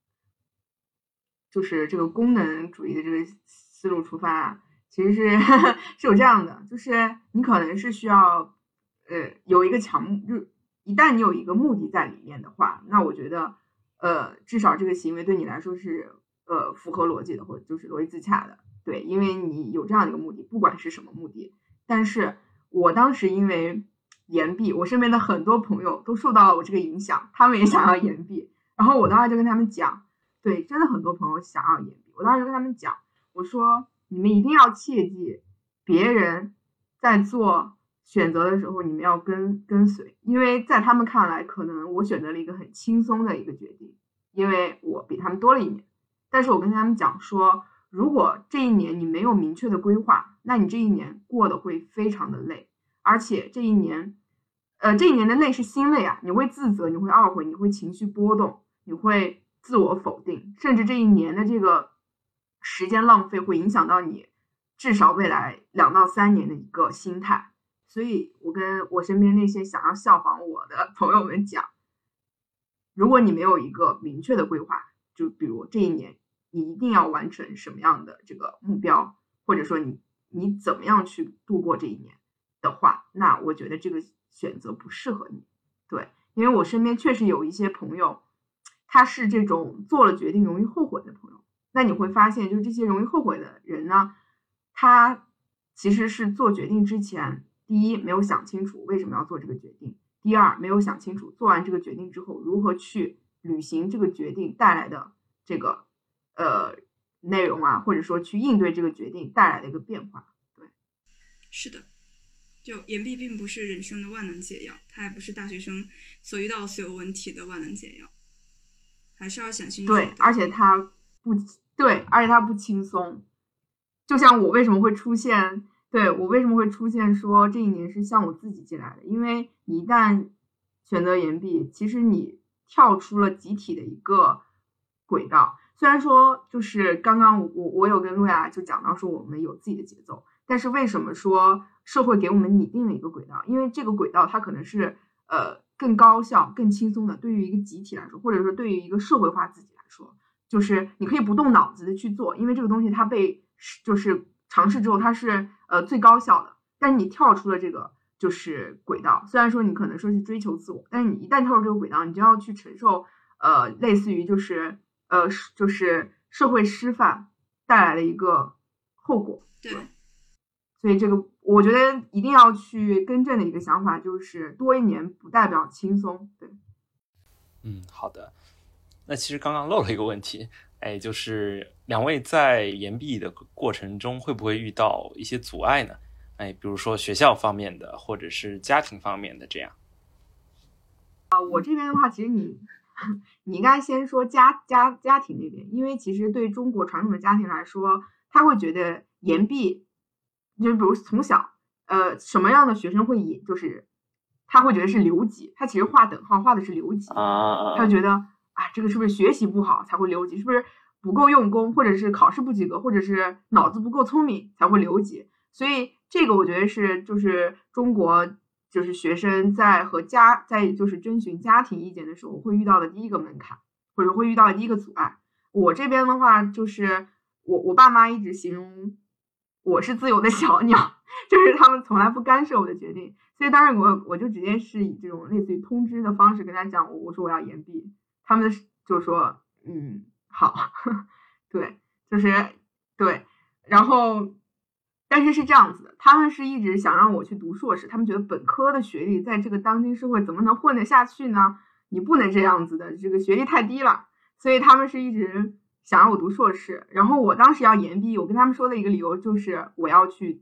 就是这个功能主义的这个思路出发，其实是是有这样的，就是你可能是需要呃有一个强目，就一旦你有一个目的在里面的话，那我觉得呃至少这个行为对你来说是呃符合逻辑的，或者就是逻辑自洽的，对，因为你有这样的一个目的，不管是什么目的。但是我当时因为延毕，我身边的很多朋友都受到了我这个影响，他们也想要延毕，然后我当时就跟他们讲，对，真的很多朋友想要延毕，我当时就跟他们讲，我说你们一定要切记，别人在做选择的时候，你们要跟跟随，因为在他们看来，可能我选择了一个很轻松的一个决定，因为我比他们多了一年，但是我跟他们讲说，如果这一年你没有明确的规划，那你这一年过得会非常的累，而且这一年，呃，这一年的累是心累啊，你会自责，你会懊悔，你会情绪波动，你会自我否定，甚至这一年的这个时间浪费会影响到你至少未来两到三年的一个心态。所以我跟我身边那些想要效仿我的朋友们讲，如果你没有一个明确的规划，就比如这一年你一定要完成什么样的这个目标，或者说你你怎么样去度过这一年的话，那我觉得这个选择不适合你。对，因为我身边确实有一些朋友，他是这种做了决定容易后悔的朋友。那你会发现，就是这些容易后悔的人呢，他其实是做决定之前，第一没有想清楚为什么要做这个决定，第二没有想清楚做完这个决定之后如何去履行这个决定带来的这个呃内容啊，或者说去应对这个决定带来的一个变化。对， 是的，就延毕并不是人生的万能解药，它也不是大学生所遇到所有问题的万能解药，还是要想清楚。 对，而且它不对，而且它不轻松。就像我为什么会出现，对我为什么会出现说这一年是向我自己进来的，因为你一旦选择延毕，其实你跳出了集体的一个轨道。虽然说就是刚刚我我有跟路亚就讲到说我们有自己的节奏，但是为什么说社会给我们拟定了一个轨道？因为这个轨道它可能是呃更高效、更轻松的，对于一个集体来说，或者说对于一个社会化自己来说，就是你可以不动脑子的去做，因为这个东西它被就是尝试之后它是呃最高效的。但是你跳出了这个就是轨道，虽然说你可能说是追求自我，但是你一旦跳入这个轨道，你就要去承受呃类似于就是呃就是社会师范带来的一个后果。 对， 所以这个我觉得一定要去更正的一个想法就是多一年不代表轻松。对， 嗯，好的。那其实刚刚漏了一个问题，哎，就是两位在延毕的过程中会不会遇到一些阻碍呢？哎，比如说学校方面的，或者是家庭方面的这样。 啊、呃，我这边的话，其实你你应该先说家家家庭那边，因为其实对中国传统的家庭来说，他会觉得延毕，就比如从小，呃，什么样的学生会延，就是他会觉得是留级，他其实画等号画的是留级，他觉得啊，这个是不是学习不好才会留级，是不是不够用功，或者是考试不及格，或者是脑子不够聪明才会留级。所以这个我觉得是就是中国就是学生在和家在就是征询家庭意见的时候会遇到的第一个门槛，或者会遇到的第一个阻碍。我这边的话就是我我爸妈一直形容我是自由的小鸟，就是他们从来不干涉我的决定，所以当时我我就直接是以这种类似于通知的方式跟他讲，我我说我要延毕，他们就说嗯好，对，就是对，然后但是是这样子的，他们是一直想让我去读硕士，他们觉得本科的学历在这个当今社会怎么能混得下去呢？你不能这样子的，这个学历太低了，所以他们是一直想让我读硕士。然后我当时要延毕，我跟他们说的一个理由就是我要去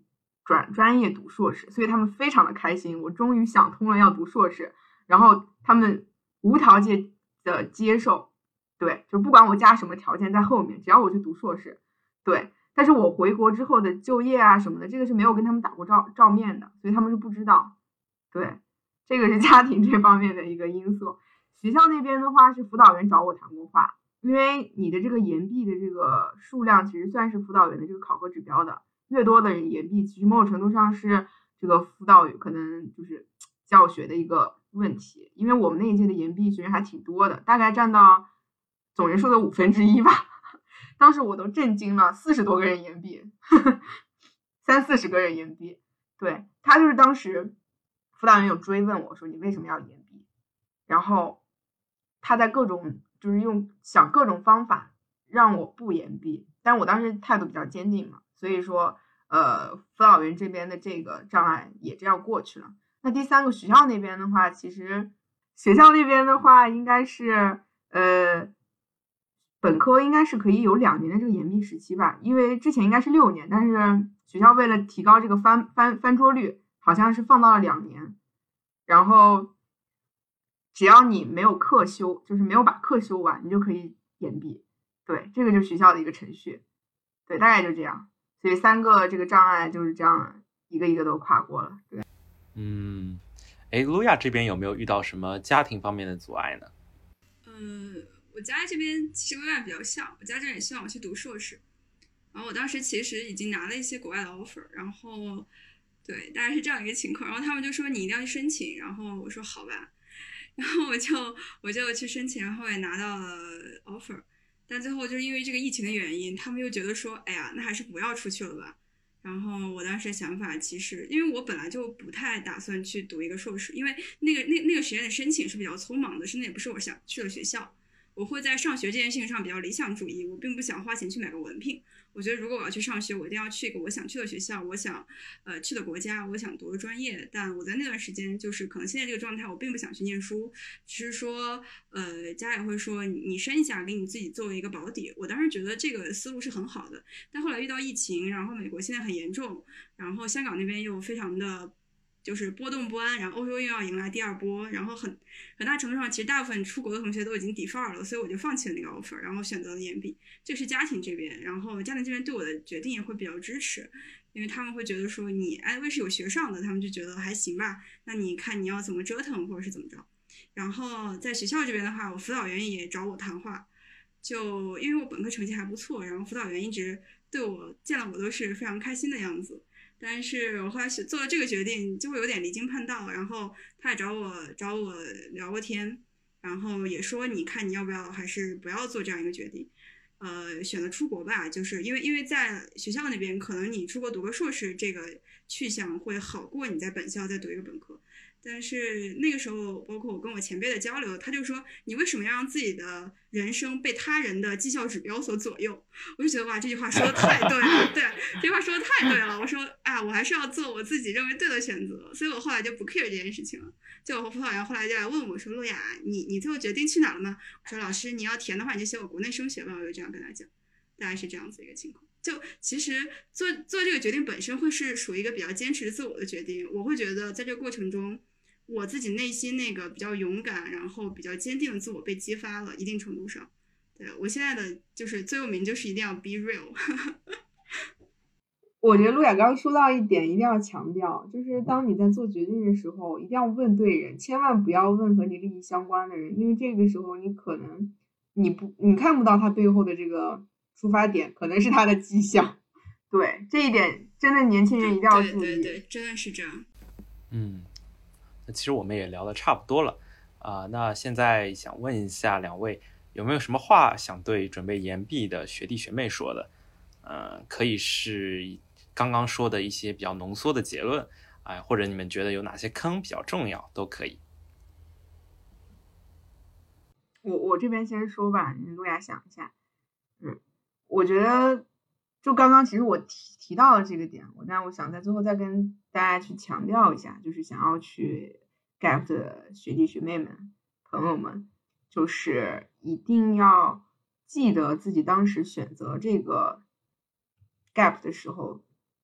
转专业读硕士，所以他们非常的开心，我终于想通了要读硕士，然后他们无条件的接受，对，就不管我加什么条件在后面，只要我去读硕士，对。但是我回国之后的就业啊什么的，这个是没有跟他们打过照照面的，所以他们是不知道，对，这个是家庭这方面的一个因素。学校那边的话是辅导员找我谈过话，因为你的这个延毕的这个数量其实算是辅导员的这个考核指标的，越多的人延毕，其实某种程度上是这个辅导可能就是教学的一个问题，因为我们那一届的延毕学生还挺多的，大概占到总人数的五分之一吧。当时我都震惊了，四十多个人延毕，三四十个人延毕。对，他就是当时辅导员有追问我说你为什么要延毕，然后他在各种就是用想各种方法让我不延毕，但我当时态度比较坚定嘛，所以说呃，辅导员这边的这个障碍也这样过去了。那第三个学校那边的话，其实学校那边的话应该是呃。本科应该是可以有两年的这个延毕时期吧，因为之前应该是六年，但是学校为了提高这个翻翻翻桌率，好像是放到了两年。然后只要你没有课修，就是没有把课修完，你就可以延毕。对，这个就是学校的一个程序。对，大概就这样。所以三个这个障碍就是这样一个一个都跨过了。对， 嗯，哎，路亚这边有没有遇到什么家庭方面的阻碍呢？ 嗯。我家这边其实跟外比较像，我家这边也希望我去读硕士，然后我当时其实已经拿了一些国外的 offer， 然后对大概是这样一个情况，然后他们就说你一定要去申请，然后我说好吧，然后我就我就去申请，然后也拿到了 offer， 但最后就是因为这个疫情的原因，他们又觉得说哎呀那还是不要出去了吧，然后我当时的想法其实因为我本来就不太打算去读一个硕士，因为那个那那个实验的申请是比较匆忙的，甚至也不是我想去的学校。我会在上学这件事情上比较理想主义，我并不想花钱去买个文凭。我觉得如果我要去上学，我一定要去一个我想去的学校，我想呃去的国家，我想读的专业。但我在那段时间，就是可能现在这个状态，我并不想去念书，只是说呃家里会说你你升一下，给你自己作为一个保底。我当时觉得这个思路是很好的，但后来遇到疫情，然后美国现在很严重，然后香港那边又非常的。就是波动不安，然后欧洲又要迎来第二波，然后很很大程度上，其实大部分出国的同学都已经 defer 了，所以我就放弃了那个 offer， 然后选择了延毕。这是家庭这边，然后家庭这边对我的决定也会比较支持，因为他们会觉得说你哎，为是有学上的，他们就觉得还行吧，那你看你要怎么折腾或者是怎么着。然后在学校这边的话，我辅导员也找我谈话，就因为我本科成绩还不错，然后辅导员一直对我见了我都是非常开心的样子。但是我后来做了这个决定，就会有点离经叛道。然后他也找我找我聊过天，然后也说你看你要不要还是不要做这样一个决定，呃，选择出国吧，就是因为因为在学校那边，可能你出国读个硕士这个去向会好过你在本校再读一个本科。但是那个时候，包括我跟我前辈的交流，他就说你为什么要让自己的人生被他人的绩效指标所左右？我就觉得哇，这句话说的太对了，对，这句话说的太对了。我说啊，我还是要做我自己认为对的选择，所以我后来就不 care 这件事情了。就我辅导员后来就来问我说：“洛雅，你你最后决定去哪了吗？”我说：“老师，你要填的话，你就写我国内升学吧。”我就这样跟他讲，大概是这样子一个情况。就其实做做这个决定本身会是属于一个比较坚持自我的决定，我会觉得在这个过程中。我自己内心那个比较勇敢，然后比较坚定的自我被激发了，一定程度上。对，我现在的就是座右铭就是一定要 be real。 我觉得陆雅刚刚说到一点，一定要强调，就是当你在做决定的时候，一定要问对人，千万不要问和你利益相关的人，因为这个时候你可能你不你看不到他背后的这个出发点，可能是他的迹象。对，这一点真的年轻人一定要注意。 对对对，真的是这样。 嗯。那其实我们也聊得差不多了啊、呃，那现在想问一下两位，有没有什么话想对准备延毕的学弟学妹说的？呃，可以是刚刚说的一些比较浓缩的结论，啊、呃，或者你们觉得有哪些坑比较重要，都可以。 我我这边先说吧，你路亚想一下。嗯，我觉得就刚刚其实我提提到了这个点，我但我想在最后再跟大家去强调一下，就是想要去 gap 的学弟学妹们朋友们，就是一定要记得自己当时选择这个 gap 的时候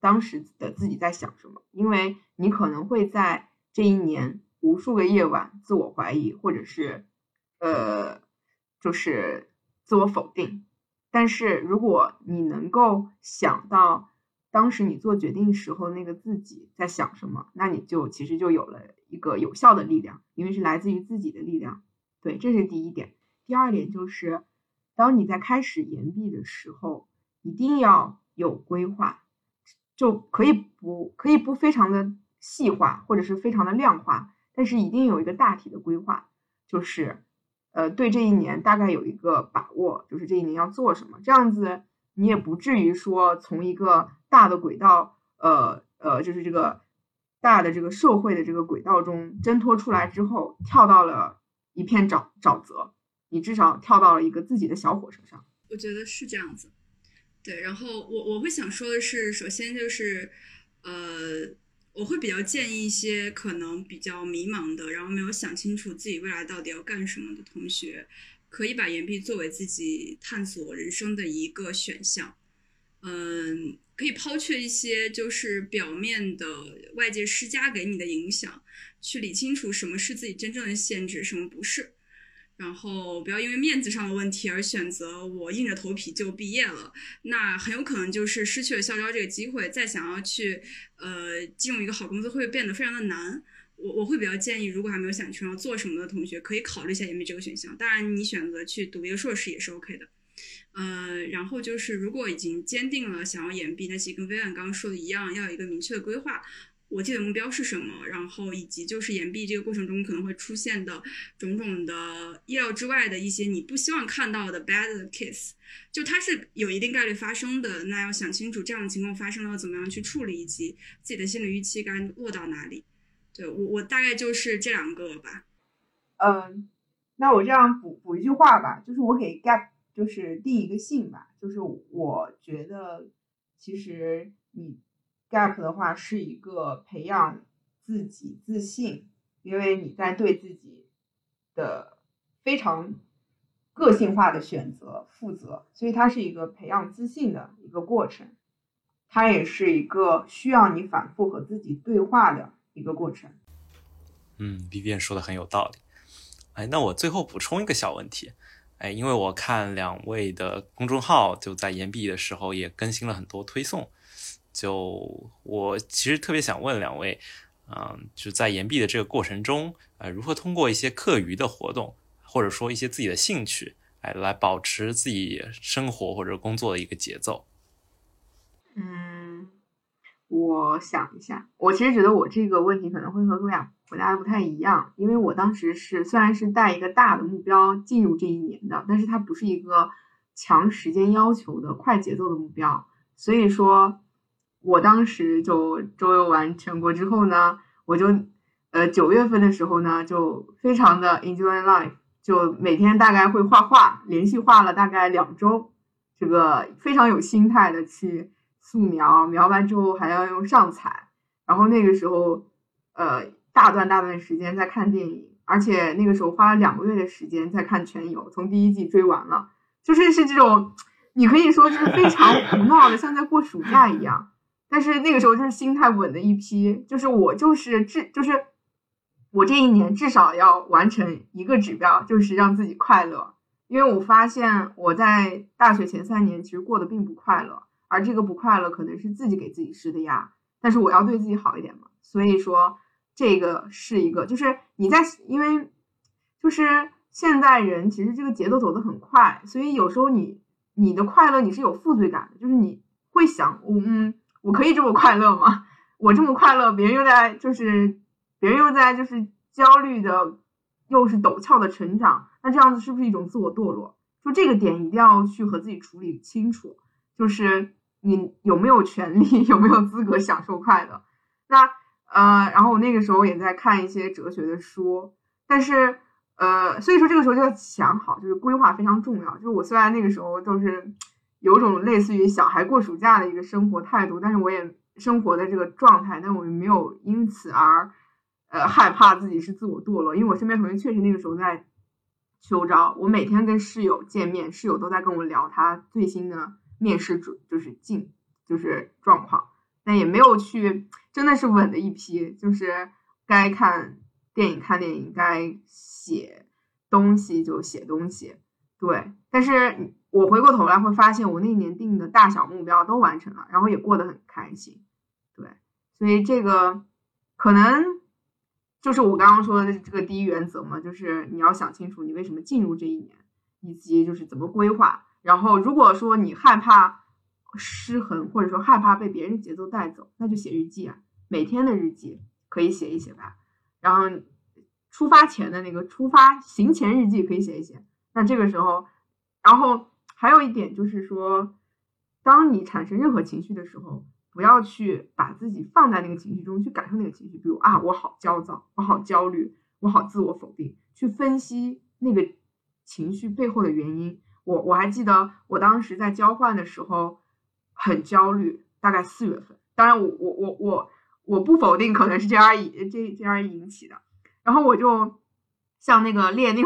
当时的自己在想什么，因为你可能会在这一年无数个夜晚自我怀疑，或者是呃就是自我否定。但是如果你能够想到当时你做决定时候那个自己在想什么，那你就其实就有了一个有效的力量，因为是来自于自己的力量。对，这是第一点。第二点就是，当你在开始延毕的时候，一定要有规划，就可以不可以不非常的细化，或者是非常的量化，但是一定有一个大体的规划，就是呃对这一年大概有一个把握，就是这一年要做什么，这样子你也不至于说从一个大的轨道，呃呃就是这个大的这个社会的这个轨道中挣脱出来之后，跳到了一片沼沼泽，你至少跳到了一个自己的小火车上。 我觉得是这样子。对，然后我我会想说的是，首先就是呃我会比较建议一些可能比较迷茫的，然后没有想清楚自己未来到底要干什么的同学，可以把延毕作为自己探索人生的一个选项。嗯，可以抛却一些就是表面的外界施加给你的影响，去理清楚什么是自己真正的限制，什么不是。然后不要因为面子上的问题而选择我硬着头皮就毕业了，那很有可能就是失去了校招这个机会，再想要去呃进入一个好公司会变得非常的难。我我会比较建议，如果还没有想清要做什么的同学，可以考虑一下延毕这个选项。当然，你选择去读一个硕士也是 OK 的。呃，然后就是如果已经坚定了想要延毕，那其实跟薇安刚刚说的一样，要有一个明确的规划。我自己的目标是什么，然后以及就是延毕这个过程中可能会出现的种种的意料之外的一些你不希望看到的 bad case， 就它是有一定概率发生的，那要想清楚这样的情况发生了要怎么样去处理，以及自己的心理预期该落到哪里。对，我我大概就是这两个吧。 嗯，那我这样补补一句话吧，就是我给 gap 就是定一个性吧，就是我觉得其实你gap 的话是一个培养自己自信，因为你在对自己的非常个性化的选择负责，所以它是一个培养自信的一个过程，它也是一个需要你反复和自己对话的一个过程。 嗯 Vivian 说的很有道理。哎，那我最后补充一个小问题。哎，因为我看两位的公众号就在延毕的时候也更新了很多推送，就我其实特别想问两位，嗯，就在延毕的这个过程中，呃，如何通过一些课余的活动，或者说一些自己的兴趣，哎，来保持自己生活或者工作的一个节奏？ 嗯，我想一下，我其实觉得我这个问题可能会和瑞亚回答的不太一样，因为我当时是虽然是带一个大的目标进入这一年的，但是它不是一个强时间要求的快节奏的目标，所以说我当时就周游完全国之后呢，我就呃九月份的时候呢就非常的 enjoy life， 就每天大概会画画，连续画了大概两周，这个非常有心态的去素描，描完之后还要用上彩，然后那个时候呃大段大段时间在看电影，而且那个时候花了两个月的时间在看全游，从第一季追完了，就是是这种你可以说就是非常胡闹的，像在过暑假一样。但是那个时候就是心态稳的一批，就是我就是至就是我这一年至少要完成一个指标，就是让自己快乐。因为我发现我在大学前三年其实过得并不快乐，而这个不快乐可能是自己给自己施的压，但是我要对自己好一点嘛。所以说这个是一个，就是你在因为就是现在人其实这个节奏走得很快，所以有时候你你的快乐你是有负罪感的，就是你会想，嗯，我可以这么快乐吗？我这么快乐，别人又在就是别人又在就是焦虑的，又是陡峭的成长，那这样子是不是一种自我堕落？就这个点一定要去和自己处理清楚，就是你有没有权利，有没有资格享受快乐？那呃，然后我那个时候也在看一些哲学的书，但是呃，所以说这个时候就要想好，就是规划非常重要。就是我虽然那个时候就是有种类似于小孩过暑假的一个生活态度，但是我也生活的这个状态，但我也没有因此而呃害怕自己是自我堕落，因为我身边同学确实那个时候在秋招，我每天跟室友见面，室友都在跟我聊他最新的面试就是进就是状况。 但也没有去真的是稳的一批，就是该看电影看电影，该写东西就写东西。对，但是我回过头来会发现，我那一年定的大小目标都完成了，然后也过得很开心。对，所以这个可能就是我刚刚说的这个第一原则嘛，就是你要想清楚你为什么进入这一年，以及就是怎么规划。然后如果说你害怕失衡，或者说害怕被别人的节奏带走，那就写日记啊，每天的日记可以写一写吧。然后出发前的那个出发行前日记可以写一写。那这个时候，然后还有一点就是说，当你产生任何情绪的时候，不要去把自己放在那个情绪中去感受那个情绪，比如啊，我好焦躁，我好焦虑，我好自我否定，去分析那个情绪背后的原因。我我还记得我当时在交换的时候很焦虑，大概四月份。当然我我我我我不否定可能是 J R E 这 J R E 引起的。然后我就像那个列那个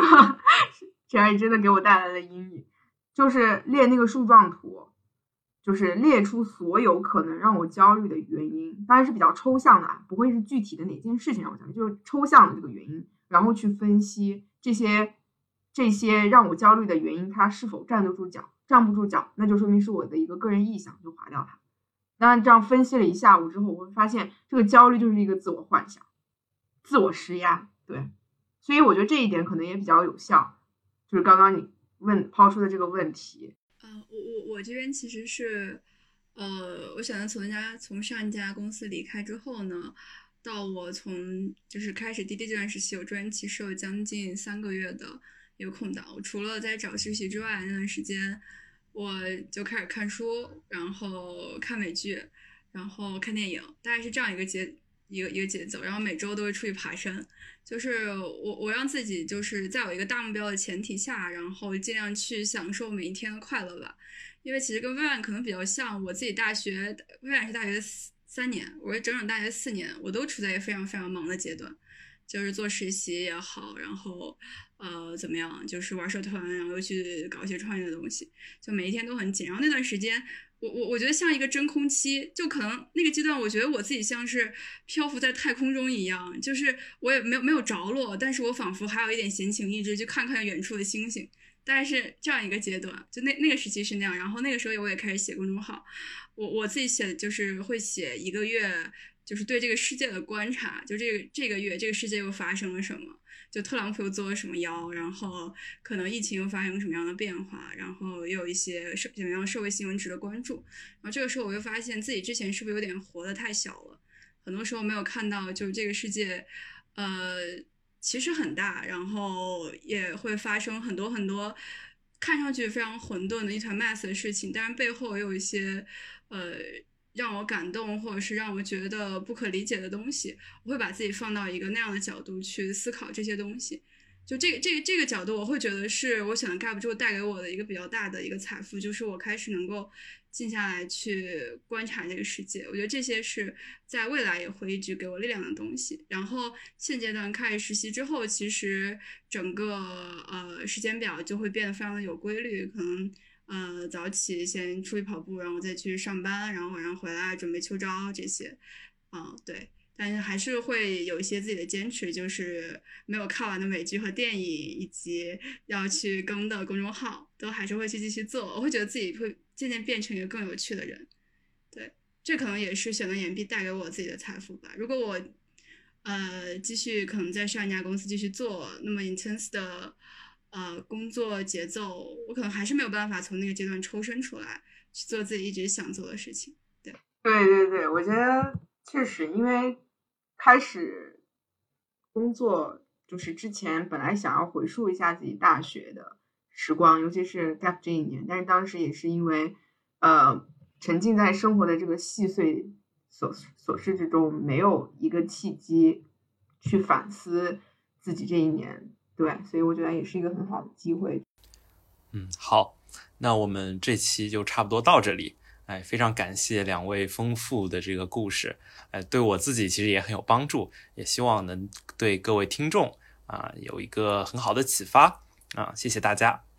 J R E 真的给我带来了阴影，就是列那个树状图，就是列出所有可能让我焦虑的原因，当然是比较抽象的，不会是具体的哪件事情让我焦虑，就是抽象的这个原因，然后去分析这些这些让我焦虑的原因，它是否站得住脚，站不住脚，那就说明是我的一个个人臆想，就划掉它。当然这样分析了一下午之后，我会发现这个焦虑就是一个自我幻想，自我施压。对，所以我觉得这一点可能也比较有效，就是刚刚你问抛出的这个问题。 呃，我我我这边其实是，呃，我选择从一家从上一家公司离开之后呢，到我从就是开始滴滴这段实习，我中间其实有将近三个月的一个空档。我除了在找实习之外，那段时间我就开始看书，然后看美剧，然后看电影，大概是这样一个节一个一个节奏。然后每周都会出去爬山。就是我我让自己就是在有一个大目标的前提下，然后尽量去享受每一天的快乐吧。因为其实跟薇薇可能比较像，我自己大学薇薇是大学三年，我是整整大学四年，我都处在一个非常非常忙的阶段，就是做实习也好，然后呃怎么样，就是玩社团，然后又去搞一些创业的东西，就每一天都很紧。然后那段时间我我我觉得像一个真空期，就可能那个阶段我觉得我自己像是漂浮在太空中一样，就是我也没有没有着落，但是我仿佛还有一点闲情逸致去看看远处的星星，大概是这样一个阶段。就那那个时期是那样。然后那个时候我也开始写公众号，我我自己写就是会写一个月，就是对这个世界的观察，就这个这个月这个世界又发生了什么，就特朗普又做了什么妖，然后可能疫情又发生什么样的变化，然后又有一些什么样的社会新闻值得关注。然后这个时候我又发现自己之前是不是有点活得太小了，很多时候没有看到就是这个世界呃其实很大，然后也会发生很多很多看上去非常混沌的一团 mess 的事情，但是背后也有一些呃让我感动或者是让我觉得不可理解的东西，我会把自己放到一个那样的角度去思考这些东西。就这个这个这个角度，我会觉得是我选的 gap 之后带给我的一个比较大的一个财富，就是我开始能够静下来去观察这个世界。我觉得这些是在未来也会一直给我力量的东西。然后现阶段开始实习之后，其实整个呃时间表就会变得非常的有规律，可能呃早起先出去跑步，然后再去上班，然后晚上回来准备秋招这些。啊、呃，对。但是还是会有一些自己的坚持，就是没有看完的美剧和电影，以及要去更的公众号，都还是会去继续做。我会觉得自己会渐渐变成一个更有趣的人。对，这可能也是选择延毕带给我自己的财富吧。如果我呃继续可能在上一家公司继续做那么 intense 的呃工作节奏，我可能还是没有办法从那个阶段抽身出来去做自己一直想做的事情。对， 对对对，我觉得确实，因为开始工作就是之前本来想要回溯一下自己大学的时光，尤其是 gap 这一年，但是当时也是因为呃沉浸在生活的这个细碎琐琐事之中，没有一个契机去反思自己这一年。对，所以我觉得也是一个很好的机会。 嗯，好，那我们这期就差不多到这里。哎，非常感谢两位丰富的这个故事，哎，对我自己其实也很有帮助，也希望能对各位听众啊有一个很好的启发啊，谢谢大家。